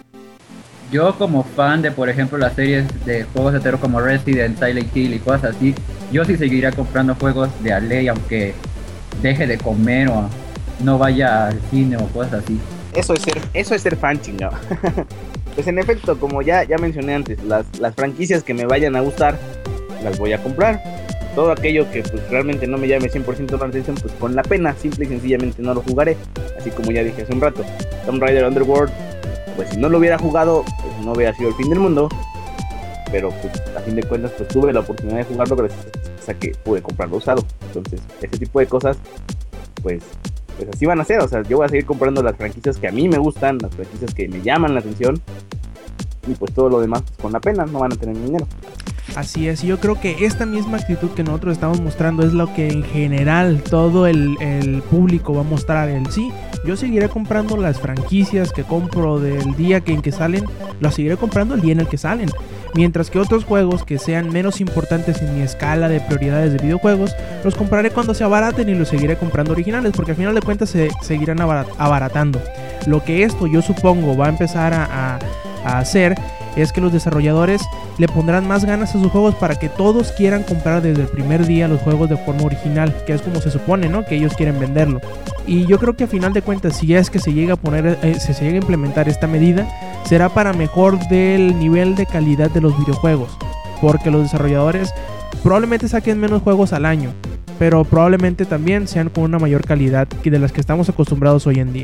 Yo como fan de, por ejemplo, las series de juegos de terror como Resident, Silent Hill y cosas así, yo sí seguiría comprando juegos de a ley, aunque deje de comer o no vaya al cine o cosas así. Eso es ser fan, chingado. Pues en efecto, como ya mencioné antes, las franquicias que me vayan a gustar, las voy a comprar. Todo aquello que pues realmente no me llame 100% la atención, pues con la pena, simple y sencillamente no lo jugaré. Así como ya dije hace un rato, Tomb Raider Underworld, pues si no lo hubiera jugado, pues no hubiera sido el fin del mundo, pero pues a fin de cuentas pues tuve la oportunidad de jugarlo gracias a que pude comprarlo usado. Entonces ese tipo de cosas pues así van a ser. O sea, yo voy a seguir comprando las franquicias que a mí me gustan, las franquicias que me llaman la atención, y pues todo lo demás pues, con la pena no van a tener dinero. Así es, yo creo que esta misma actitud que nosotros estamos mostrando es lo que en general todo el público va a mostrar. Sí, yo seguiré comprando las franquicias que compro del día en que salen, las seguiré comprando el día en el que salen. Mientras que otros juegos que sean menos importantes en mi escala de prioridades de videojuegos, los compraré cuando se abaraten y los seguiré comprando originales, porque al final de cuentas se seguirán abaratando. Lo que esto yo supongo va a empezar a hacer es que los desarrolladores le pondrán más ganas a sus juegos para que todos quieran comprar desde el primer día los juegos de forma original, que es como se supone, ¿no? Que ellos quieren venderlo. Y yo creo que a final de cuentas, si es que se llega a implementar esta medida, será para mejor del nivel de calidad de los videojuegos, porque los desarrolladores probablemente saquen menos juegos al año, pero probablemente también sean con una mayor calidad que de las que estamos acostumbrados hoy en día.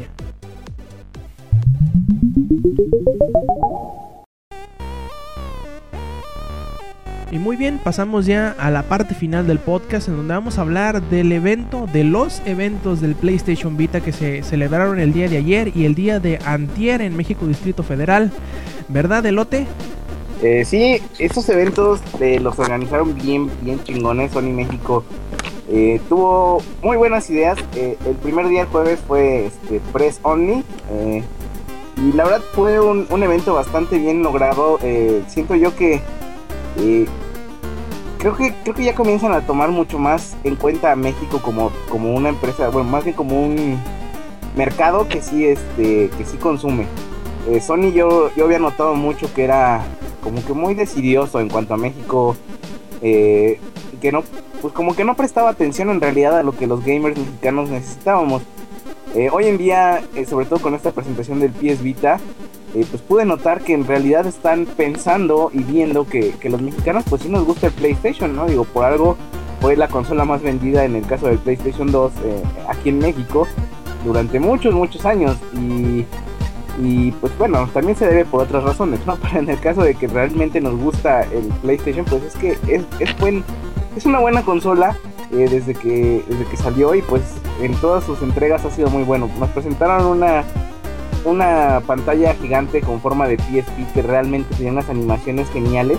Y muy bien, pasamos ya a la parte final del podcast, en donde vamos a hablar de los eventos del PlayStation Vita que se celebraron el día de ayer y el día de antier en México Distrito Federal. ¿Verdad, Elote? Sí, estos eventos los organizaron bien chingones. Sony México tuvo muy buenas ideas. El primer día, el jueves, fue Press Only. Y la verdad fue un evento bastante bien logrado. Siento yo que creo que ya comienzan a tomar mucho más en cuenta a México como una empresa, bueno, más bien como un mercado que sí consume. Sony yo había notado mucho que era como que muy decidioso en cuanto a México, que no, pues como que no prestaba atención en realidad a lo que los gamers mexicanos necesitábamos. Hoy en día, sobre todo con esta presentación del PS Vita, pues pude notar que en realidad están pensando y viendo que los mexicanos pues sí nos gusta el PlayStation, ¿no? Digo, por algo fue la consola más vendida en el caso del PlayStation 2 aquí en México durante muchos años, y pues bueno, también se debe por otras razones, ¿no? Pero en el caso de que realmente nos gusta el PlayStation, pues es que es una buena consola desde que salió, y pues en todas sus entregas ha sido muy bueno. Nos presentaron una pantalla gigante con forma de PSP que realmente tenía unas animaciones geniales.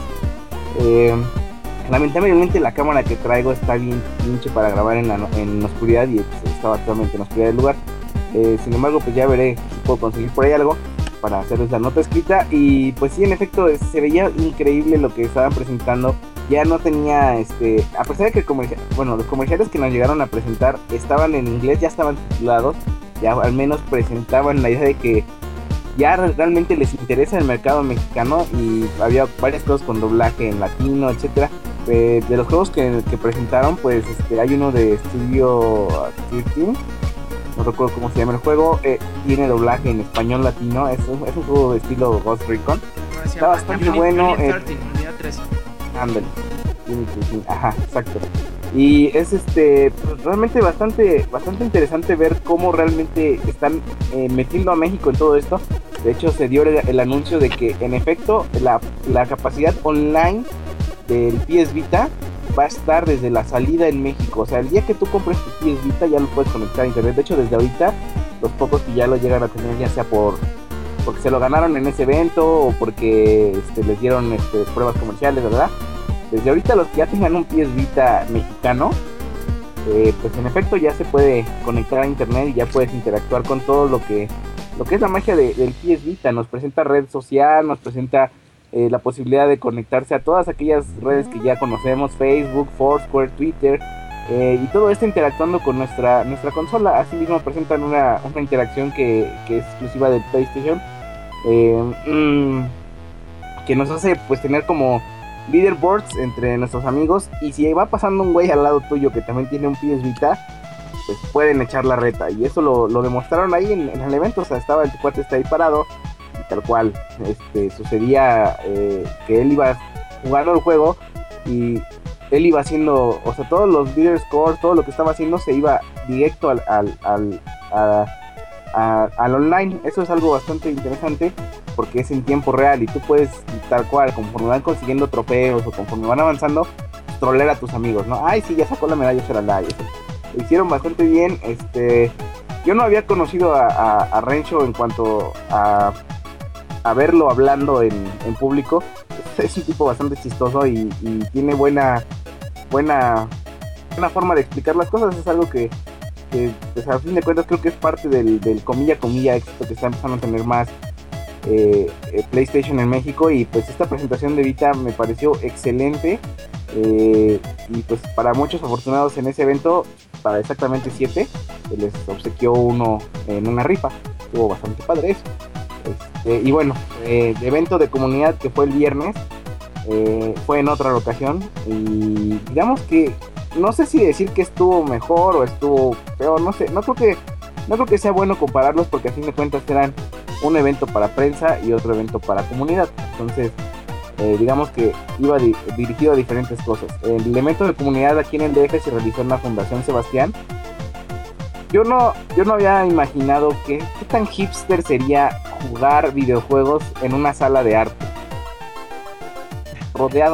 Lamentablemente la cámara que traigo está bien pinche para grabar en oscuridad, y pues, estaba totalmente en oscuridad del lugar. Sin embargo, pues ya veré si puedo conseguir por ahí algo para hacerles la nota escrita. Y pues sí, en efecto, se veía increíble lo que estaban presentando. Ya no tenía, a pesar de que los comerciales que nos llegaron a presentar estaban en inglés, ya estaban titulados, ya al menos presentaban la idea de que ya realmente les interesa el mercado mexicano, y había varias cosas con doblaje en latino, etcétera. De los juegos que presentaron, pues hay uno de Studio 13, no recuerdo cómo se llama el juego, tiene doblaje en español latino. Es un juego de estilo Ghost Recon. Está bastante bueno. Unidad 13. Ándale, ajá, exacto. Y es pues, realmente bastante interesante ver cómo realmente están metiendo a México en todo esto. De hecho, se dio el anuncio de que en efecto la capacidad online del PS Vita va a estar desde la salida en México. O sea, el día que tú compres tu PS Vita ya lo puedes conectar a internet. De hecho, desde ahorita, los pocos que ya lo llegan a tener, ya sea porque se lo ganaron en ese evento o porque les dieron pruebas comerciales, ¿verdad? Desde ahorita los que ya tengan un PS Vita mexicano, pues en efecto ya se puede conectar a internet y ya puedes interactuar con todo lo que es la magia del PS Vita. Nos presenta red social, nos presenta la posibilidad de conectarse a todas aquellas redes que ya conocemos: Facebook, Foursquare, Twitter, y todo esto interactuando con nuestra consola. Asimismo presentan una interacción que es exclusiva del PlayStation, que nos hace pues tener como leaderboards entre nuestros amigos, y si va pasando un güey al lado tuyo que también tiene un PS Vita, pues pueden echar la reta. Y eso lo demostraron ahí en el evento. O sea, estaba el cuate ahí parado, y tal cual sucedía que él iba jugando el juego y él iba haciendo, o sea, todos los leader scores, todo lo que estaba haciendo se iba directo al online. Eso es algo bastante interesante porque es en tiempo real y tú puedes, tal cual, conforme van consiguiendo trofeos o conforme van avanzando, trolear a tus amigos, ¿no? Ay, sí, ya sacó la medalla, será lo hicieron bastante bien. Yo no había conocido a Rencho en cuanto a verlo hablando en público. Es un tipo bastante chistoso y tiene buena forma de explicar las cosas. Es algo que pues, a fin de cuentas creo que es parte del comilla éxito que está empezando a tener más PlayStation en México. Y pues esta presentación de Vita me pareció excelente, y pues para muchos afortunados en ese evento, para exactamente 7, se les obsequió uno en una rifa. Estuvo bastante padre eso. Y bueno, el evento de comunidad que fue el viernes fue en otra ocasión, y digamos que no sé si decir que estuvo mejor o estuvo peor, no sé, no creo que sea bueno compararlos, porque a fin de cuentas eran un evento para prensa y otro evento para comunidad. Entonces digamos que iba dirigido a diferentes cosas. El evento de comunidad aquí en el DF se realizó en la Fundación Sebastián. Yo no había imaginado qué tan hipster sería jugar videojuegos en una sala de arte, rodeado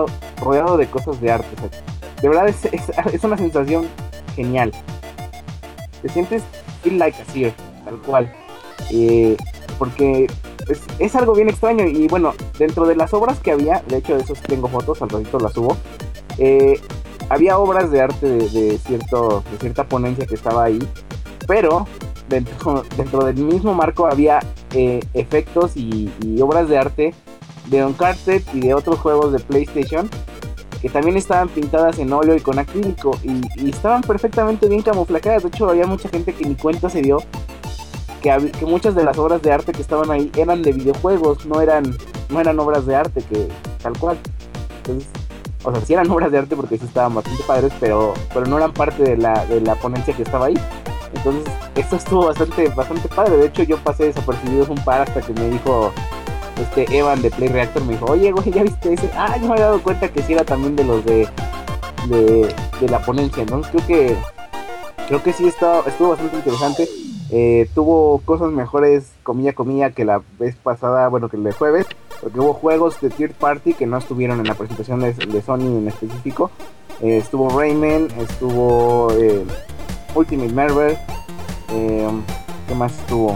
rodeado de cosas de arte. O sea, de verdad es una sensación genial. Te sientes feel like a Seer, tal cual. Porque es algo bien extraño. Y bueno, dentro de las obras que había, de hecho de esos tengo fotos, al ratito las subo. Había obras de arte de cierta ponencia que estaba ahí, pero dentro del mismo marco había efectos y obras de arte de Uncharted y de otros juegos de PlayStation que también estaban pintadas en óleo y con acrílico y estaban perfectamente bien camuflajeadas. De hecho, había mucha gente que ni cuenta se dio que muchas de las obras de arte que estaban ahí eran de videojuegos, no eran obras de arte, que tal cual. Entonces, o sea, sí eran obras de arte porque sí estaban bastante padres, pero no eran parte de la ponencia que estaba ahí. Entonces, esto estuvo bastante padre. De hecho, yo pasé desapercibidos un par hasta que me dijo Evan de Play Reactor, me dijo, oye, güey, ¿ya viste ese? Ah, yo me había dado cuenta que sí era también de los de la ponencia. Entonces, creo que sí estuvo bastante interesante. Tuvo cosas mejores, comilla, que la vez pasada, bueno, que el de jueves, porque hubo juegos de third party que no estuvieron en la presentación de Sony en específico. Estuvo Rayman, estuvo Ultimate Marvel, ¿qué más estuvo?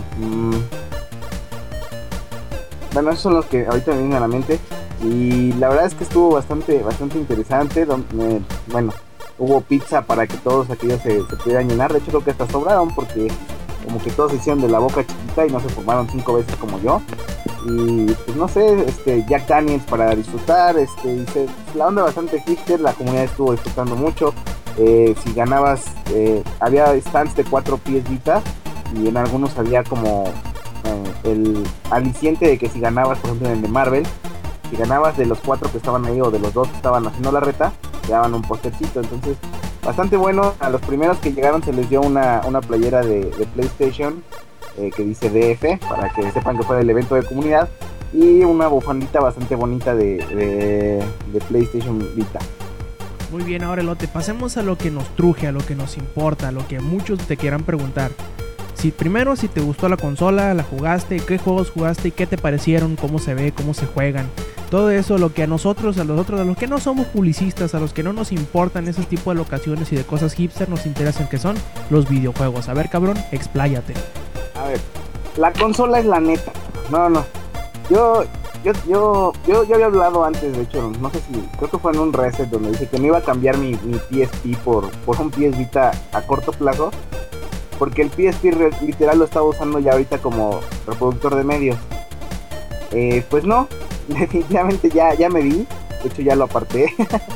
Bueno, esos son los que ahorita me vienen a la mente. Y la verdad es que estuvo bastante interesante. Bueno, hubo pizza para que todos aquellos se pudieran llenar. De hecho, creo que hasta sobraron porque como que todos se hicieron de la boca chiquita y no se formaron 5 veces como yo. Y pues no sé, Jack Daniels para disfrutar, la onda bastante hipster, la comunidad estuvo disfrutando mucho. Si ganabas, había stands de 4 pies Vita y en algunos había como el aliciente de que si ganabas, por ejemplo en el de Marvel, si ganabas de los 4 que estaban ahí o de los 2 que estaban haciendo la reta, te daban un postercito. Entonces, bastante bueno. A los primeros que llegaron se les dio una playera de PlayStation que dice DF, para que sepan que fue del evento de comunidad, y una bufandita bastante bonita de PlayStation Vita. Muy bien, ahora Elote, pasemos a lo que nos truje, a lo que nos importa, a lo que muchos te quieran preguntar. Primero, si te gustó la consola, la jugaste, qué juegos jugaste y qué te parecieron, cómo se ve, cómo se juegan. Todo eso, lo que a los que no somos publicistas, a los que no nos importan ese tipo de locaciones y de cosas hipster, nos interesan, que son los videojuegos. A ver, cabrón, expláyate. A ver, la consola es la neta. No. Yo había hablado antes, de hecho, no sé si, creo que fue en un reset donde dije que no iba a cambiar mi PSP por un PS Vita a corto plazo, porque el PSP literal lo estaba usando ya ahorita como reproductor de medios. Pues no, definitivamente ya me vi, de hecho ya lo aparté.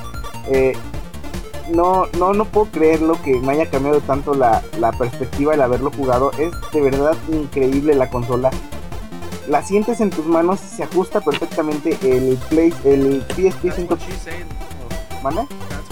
No puedo creerlo que me haya cambiado tanto la perspectiva el haberlo jugado. Es de verdad increíble la consola. La sientes en tus manos y se ajusta perfectamente el PSP 5. ¿Vale?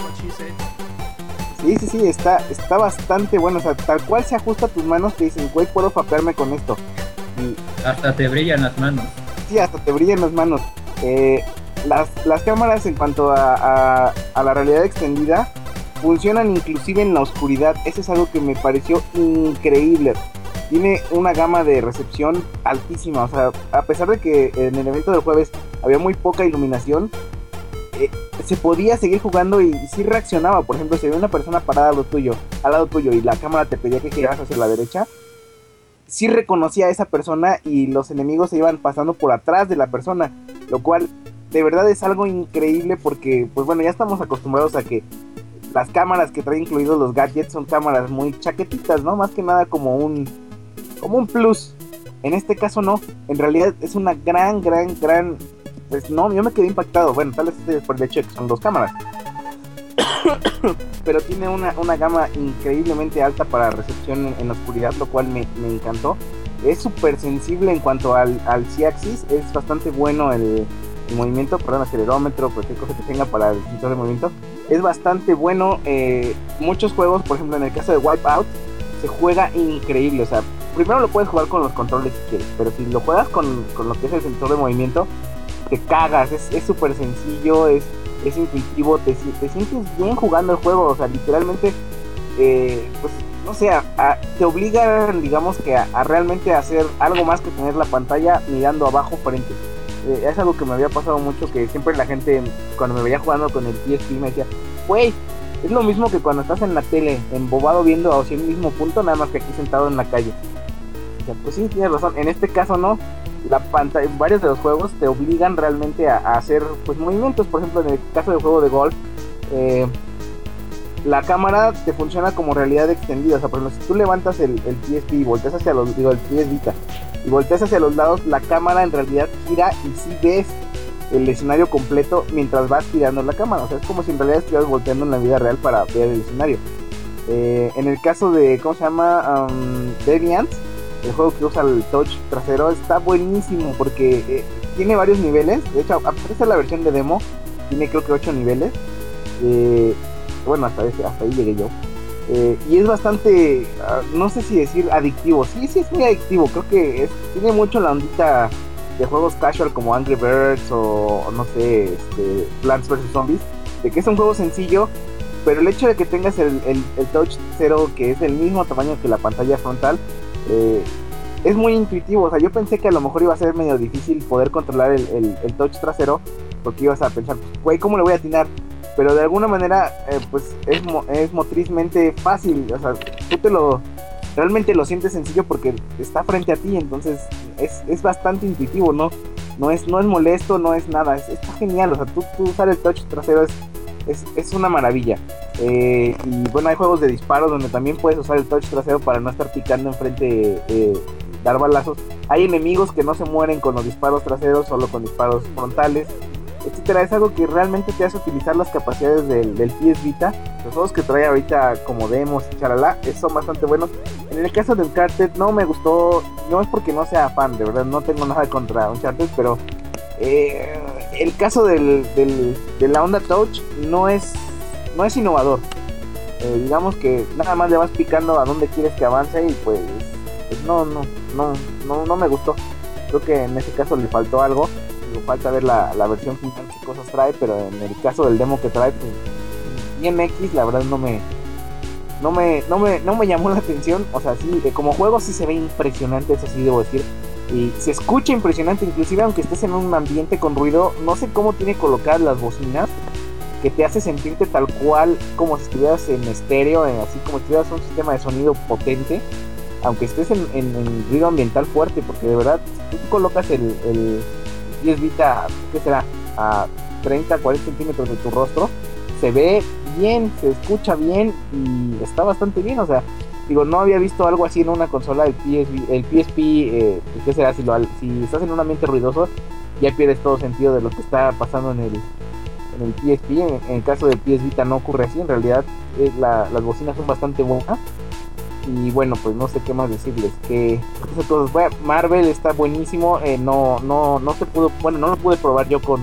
Sí, está bastante bueno. O sea, tal cual se ajusta a tus manos, te dicen, güey, puedo fapearme con esto. Y hasta te brillan las manos. Sí, hasta te brillan las manos. Las cámaras en cuanto a la realidad extendida funcionan inclusive en la oscuridad. Eso es algo que me pareció increíble. Tiene una gama de recepción altísima. O sea, a pesar de que en el evento del jueves había muy poca iluminación, se podía seguir jugando y sí reaccionaba. Por ejemplo, si había una persona parada al lado tuyo y la cámara te pedía que giraras hacia la derecha, sí reconocía a esa persona y los enemigos se iban pasando por atrás de la persona, lo cual de verdad es algo increíble porque, pues bueno, ya estamos acostumbrados a que las cámaras que traen incluidos los gadgets son cámaras muy chaquetitas, ¿no? Más que nada como un plus. En este caso no, en realidad es una gran, pues no, yo me quedé impactado. Bueno, tal vez por el hecho de que son 2 cámaras, pero tiene una gama increíblemente alta para recepción en la oscuridad, lo cual me encantó. Es súper sensible en cuanto al Z-axis, es bastante bueno el movimiento, perdón, acelerómetro, cualquier cosa que tenga para el sensor de movimiento, es bastante bueno. Muchos juegos, por ejemplo en el caso de Wipeout, se juega increíble. O sea, primero lo puedes jugar con los controles si quieres, pero si lo juegas con lo que es el sensor de movimiento, te cagas. Es súper sencillo, es intuitivo, te sientes bien jugando el juego. O sea, literalmente, pues no sé, te obligan, digamos que a realmente hacer algo más que tener la pantalla mirando abajo frente. es algo que me había pasado mucho, que siempre la gente cuando me veía jugando con el PSP me decía, güey, es lo mismo que cuando estás en la tele, embobado viendo hacia el mismo punto, nada más que aquí sentado en la calle. O sea, pues sí, tienes razón, en este caso no, la pantalla, varios de los juegos te obligan realmente a hacer pues movimientos. Por ejemplo, en el caso del juego de golf, la cámara te funciona como realidad extendida. O sea, por ejemplo, si tú levantas el PSP y volteas hacia los, el PS Vita, y volteas hacia los lados, la cámara en realidad gira y sí ves el escenario completo mientras vas girando la cámara. O sea, es como si en realidad estuvieras volteando en la vida real para ver el escenario. En el caso de, ¿cómo se llama? Deviant, el juego que usa el touch trasero, está buenísimo porque tiene varios niveles. De hecho, a pesar de la versión de demo, tiene creo que 8 niveles. Bueno, hasta ahí llegué yo. Y es bastante, no sé si decir adictivo. Sí, es muy adictivo. Creo que tiene mucho la ondita de juegos casual como Angry Birds o no sé, Plants vs Zombies, de que es un juego sencillo, pero el hecho de que tengas el touch trasero, que es del mismo tamaño que la pantalla frontal, es muy intuitivo. O sea, yo pensé que a lo mejor iba a ser medio difícil poder controlar el touch trasero, porque ibas a pensar, güey, ¿cómo le voy a atinar? Pero de alguna manera, pues es motrizmente fácil. O sea, tú realmente lo sientes sencillo porque está frente a ti, entonces es bastante intuitivo, no es molesto, no es nada, está genial. O sea, tú usar el touch trasero es una maravilla. Y bueno, hay juegos de disparos donde también puedes usar el touch trasero para no estar picando enfrente, dar balazos. Hay enemigos que no se mueren con los disparos traseros, solo con disparos frontales, etcétera. Es algo que realmente te hace utilizar las capacidades del PS Vita. Los juegos que trae ahorita como demos y charalá son bastante buenos. En el caso de Uncharted no me gustó, no es porque no sea fan, de verdad no tengo nada contra Uncharted, pero el caso de la onda touch no es innovador. Digamos que nada más le vas picando a donde quieres que avance y pues no me gustó. Creo que en ese caso le faltó algo. Me falta ver la versión final, qué cosas trae, pero en el caso del demo que trae, pues bien X, la verdad no me llamó la atención. O sea, sí, como juego sí se ve impresionante, eso sí debo decir, y se escucha impresionante, inclusive aunque estés en un ambiente con ruido. No sé cómo tiene colocadas las bocinas, que te hace sentirte tal cual como si estuvieras en estéreo, así como si tuvieras un sistema de sonido potente, aunque estés en ruido ambiental fuerte, porque de verdad, si tú colocas el PS Vita, ¿qué será? A 30, 40 centímetros de tu rostro, se ve bien, se escucha bien y está bastante bien. O sea, digo, no había visto algo así en una consola. El PSP, ¿qué será? Si estás en un ambiente ruidoso, ya pierdes todo sentido de lo que está pasando en el PSP. En el caso del PS Vita no ocurre así. En realidad las bocinas son bastante buenas. Y bueno, pues no sé qué más decirles. Marvel está buenísimo. No se pudo, bueno, no lo pude probar yo con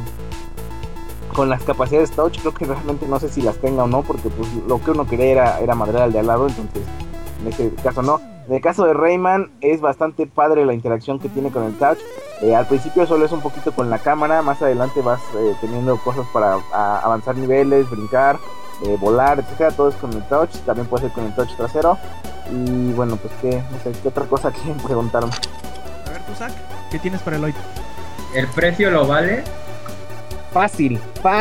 las capacidades touch. Creo que realmente no sé si las tenga o no, porque pues lo que uno quería era madrear al de al lado. Entonces en este caso no. En el caso de Rayman es bastante padre la interacción que tiene con el touch. Al principio solo es un poquito con la cámara. Más adelante vas teniendo cosas para avanzar niveles, brincar, volar, etcétera. Todo es con el touch. También puede ser con el touch trasero. Y bueno, pues qué otra cosa quieren preguntarme. A ver, tú, Zach, ¿qué tienes para Eloy? ¿El precio lo vale? Fácil.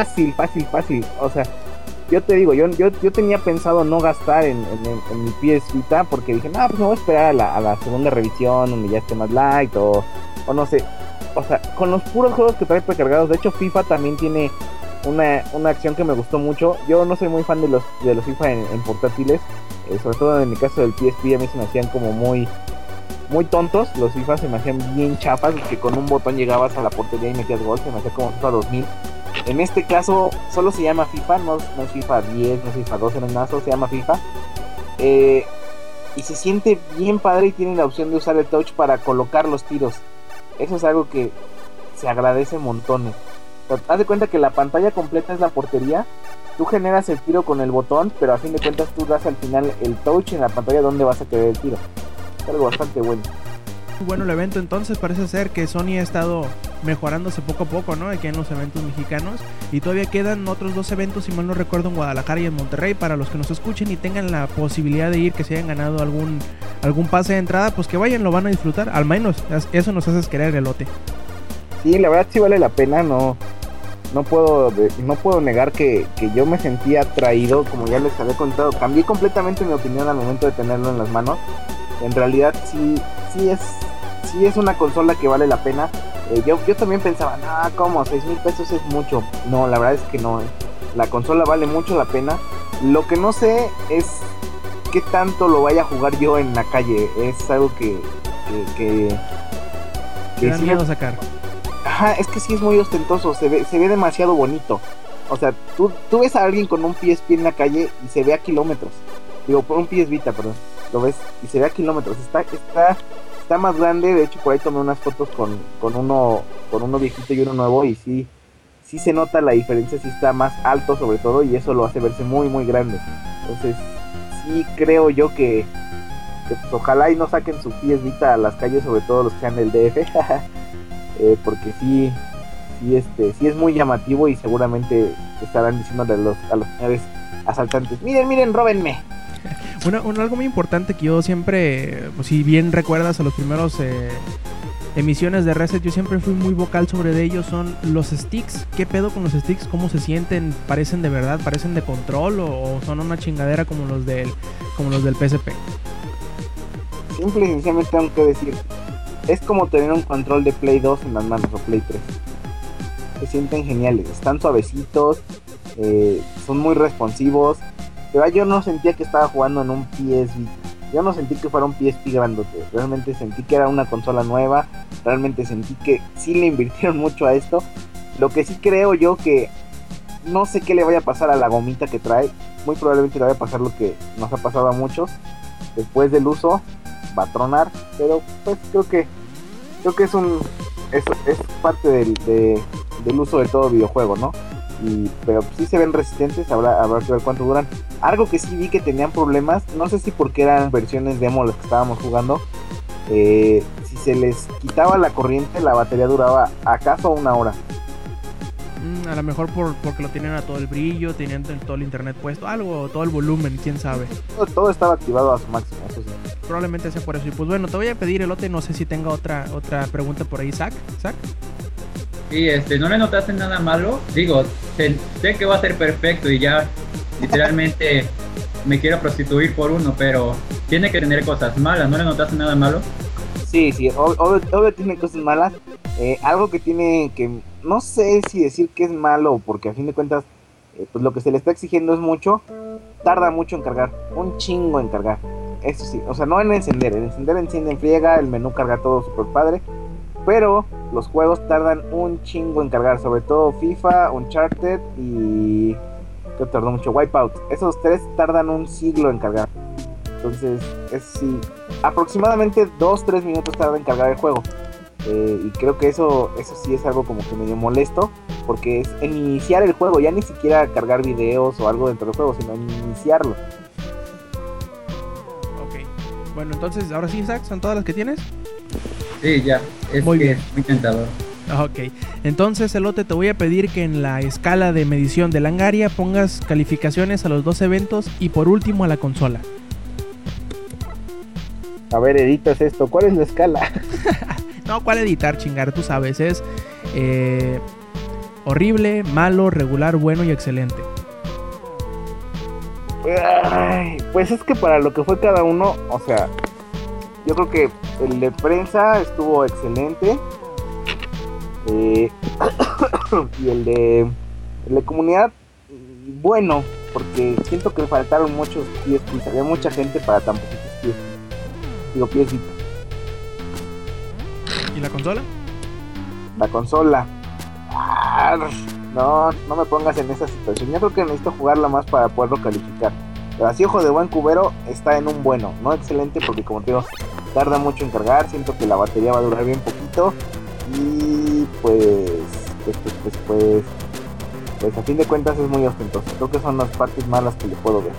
O sea, yo te digo, yo tenía pensado no gastar en mi PS Vita, porque dije, pues me voy a esperar a la segunda revisión donde ya esté más light o no sé. O sea, con los puros juegos que trae precargados. De hecho, FIFA también tiene una acción que me gustó mucho. Yo no soy muy fan de los FIFA en portátiles, sobre todo en el caso del PSP. A mí se me hacían como muy tontos los FIFA, se me hacían bien chafas, que con un botón llegabas a la portería y metías gol. Se me hacía como FIFA 2000. En este caso solo se llama FIFA, no es FIFA 10, no es FIFA 12, no es nada, solo se llama FIFA. Y se siente bien padre, y tiene la opción de usar el touch para colocar los tiros. Eso es algo que se agradece montones. Haz de cuenta que la pantalla completa es la portería. Tú generas el tiro con el botón, pero a fin de cuentas tú das al final el touch en la pantalla donde vas a querer el tiro. Es algo bastante bueno. Bueno, el evento entonces parece ser que Sony ha estado mejorándose poco a poco, ¿no? Aquí en los eventos mexicanos. Y todavía quedan otros 2 eventos, si mal no recuerdo, en Guadalajara y en Monterrey. Para los que nos escuchen y tengan la posibilidad de ir, que se hayan ganado algún pase de entrada, pues que vayan, lo van a disfrutar. Al menos eso nos hace querer el elote. Sí, la verdad sí vale la pena, no puedo negar que yo me sentía atraído, como ya les había contado, cambié completamente mi opinión al momento de tenerlo en las manos. En realidad sí es una consola que vale la pena. Yo también pensaba, ¿cómo? 6,000 pesos es mucho. No, la verdad es que no. La consola vale mucho la pena. Lo que no sé es qué tanto lo vaya a jugar yo en la calle. Es algo que da miedo sacar. Ajá, es que sí es muy ostentoso. Se ve demasiado bonito. O sea, tú ves a alguien con un PSP en la calle y se ve a kilómetros. Digo, por un PS Vita, perdón. Lo ves y se ve a kilómetros. Está más grande. De hecho, por ahí tomé unas fotos con uno viejito y uno nuevo. Y sí se nota la diferencia. Sí está más alto sobre todo. Y eso lo hace verse muy, muy grande. Entonces, sí creo yo que pues, ojalá y no saquen su PS Vita a las calles. Sobre todo los que sean del DF. Porque sí es muy llamativo. Y seguramente estarán diciéndole a los señores asaltantes: miren, róbenme. Algo muy importante que yo siempre, si bien recuerdas a los primeros emisiones de Reset, yo siempre fui muy vocal sobre ellos, son los sticks. ¿Qué pedo con los sticks? ¿Cómo se sienten? ¿Parecen de verdad? ¿Parecen de control? ¿O son una chingadera como los del PSP? Simple y sencillamente tengo que decir, es como tener un control de Play 2 en las manos o Play 3. Se sienten geniales, están suavecitos, son muy responsivos. Pero yo no sentía que estaba jugando en un PS Vita. Yo no sentí que fuera un PSP grandote. Realmente sentí que era una consola nueva. Realmente sentí que sí le invirtieron mucho a esto. Lo que sí creo yo que no sé qué le vaya a pasar a la gomita que trae. Muy probablemente le vaya a pasar lo que nos ha pasado a muchos. Después del uso va a tronar. Pero pues creo que es parte del uso de todo videojuego, ¿no? Pero sí se ven resistentes, habrá que ver cuánto duran. Algo que sí vi que tenían problemas, no sé si porque eran versiones demo las que estábamos jugando, si se les quitaba la corriente, la batería duraba acaso 1 hora. A lo mejor porque lo tenían a todo el brillo, tenían todo el internet puesto, algo, todo el volumen, quién sabe. Todo estaba activado a su máximo, eso sí. Probablemente sea por eso. Y pues bueno, te voy a pedir, Elote, no sé si tenga otra pregunta por ahí, Zach. Sí, ¿no le notaste nada malo? Digo, sé que va a ser perfecto y ya literalmente me quiero prostituir por uno, pero tiene que tener cosas malas. ¿No le notaste nada malo? Sí, obvio tiene cosas malas. Algo que tiene que, no sé si decir que es malo, porque a fin de cuentas, pues lo que se le está exigiendo es mucho. Tarda mucho en cargar, un chingo en cargar. Eso sí, o sea, no en encender. En encender enciende en friega, el menú carga todo súper padre. Pero los juegos tardan un chingo en cargar, sobre todo FIFA, Uncharted y... que tardó mucho, Wipeout. Esos 3 tardan un siglo en cargar. Entonces, sí, aproximadamente 2-3 minutos tarda en cargar el juego. Y creo que eso sí es algo como que medio molesto, porque es en iniciar el juego, ya ni siquiera cargar videos o algo dentro del juego, sino en iniciarlo. Ok, bueno, entonces, ahora sí, Isaac, ¿son todas las que tienes? Sí, ya, es muy tentador. Ok, entonces, Elote, te voy a pedir que en la escala de medición de Langaria pongas calificaciones a los 2 eventos y por último a la consola. A ver, editas esto, ¿cuál es la escala? No, ¿cuál editar, chingar? Tú sabes, es horrible, malo, regular, bueno y excelente. Ay, pues es que para lo que fue cada uno, o sea, yo creo que el de prensa estuvo excelente. Y el de comunidad, bueno, porque siento que faltaron muchos PSPs, había mucha gente para tan poquitos PSPs. ¿Y la consola? La consola. No me pongas en esa situación. Yo creo que necesito jugarla más para poderlo calificar. Pero así, ojo de buen cubero, está en un bueno, no excelente, porque como te digo, tarda mucho en cargar. Siento que la batería va a durar bien poquito. Y pues a fin de cuentas es muy ostentoso. Creo que son las partes malas que le puedo ver.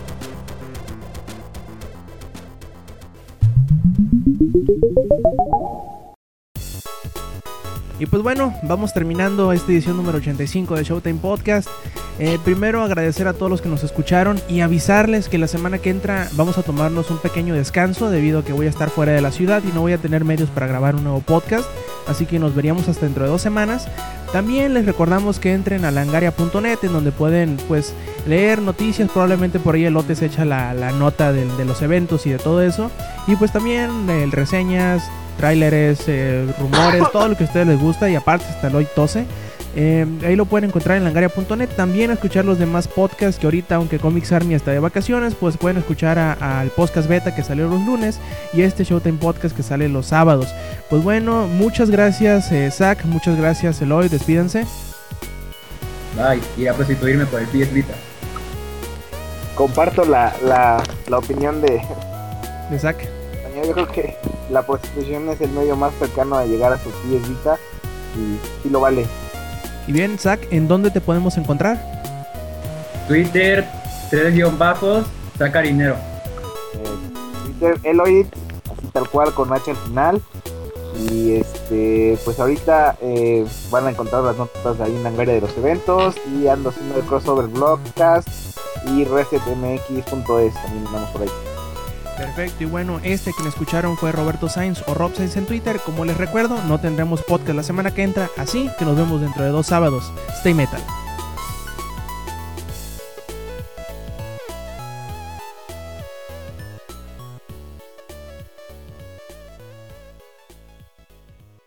Y pues bueno, vamos terminando esta edición número 85 de Showtime Podcast. Primero agradecer a todos los que nos escucharon y avisarles que la semana que entra vamos a tomarnos un pequeño descanso debido a que voy a estar fuera de la ciudad y no voy a tener medios para grabar un nuevo podcast. Así que nos veríamos hasta dentro de 2 semanas. También les recordamos que entren a langaria.net, en donde pueden pues leer noticias. Probablemente por ahí el Lote se echa la nota de los eventos y de todo eso. Y pues también reseñas, tráileres, rumores, todo lo que a ustedes les gusta. Y aparte hasta el hoy tose. Ahí lo pueden encontrar en langaria.net. También escuchar los demás podcasts que ahorita, aunque Comics Army está de vacaciones, pues pueden escuchar al podcast beta que sale los lunes y este Showtime Podcast que sale los sábados. Pues bueno, muchas gracias Zach, muchas gracias Eloy, despídense. Bye, y a prostituirme por el PS Vita. Comparto la opinión de Zach. Yo creo que la prostitución es el medio más cercano a llegar a su PS Vita y sí lo vale. Y bien, Zach, ¿en dónde te podemos encontrar? Twitter, 3_ Zacarinero. Twitter, Eloy, así tal cual, con H al final. Y pues ahorita van a encontrar las notas ahí en Langaria de los eventos. Y ando haciendo el crossover blogcast y resetmx.es, también andamos por ahí. Perfecto, y bueno, quien escucharon fue Roberto Sainz o Rob Sainz en Twitter. Como les recuerdo, no tendremos podcast la semana que entra, así que nos vemos dentro de 2 sábados. Stay metal.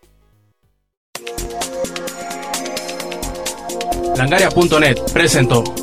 Langaria.net presentó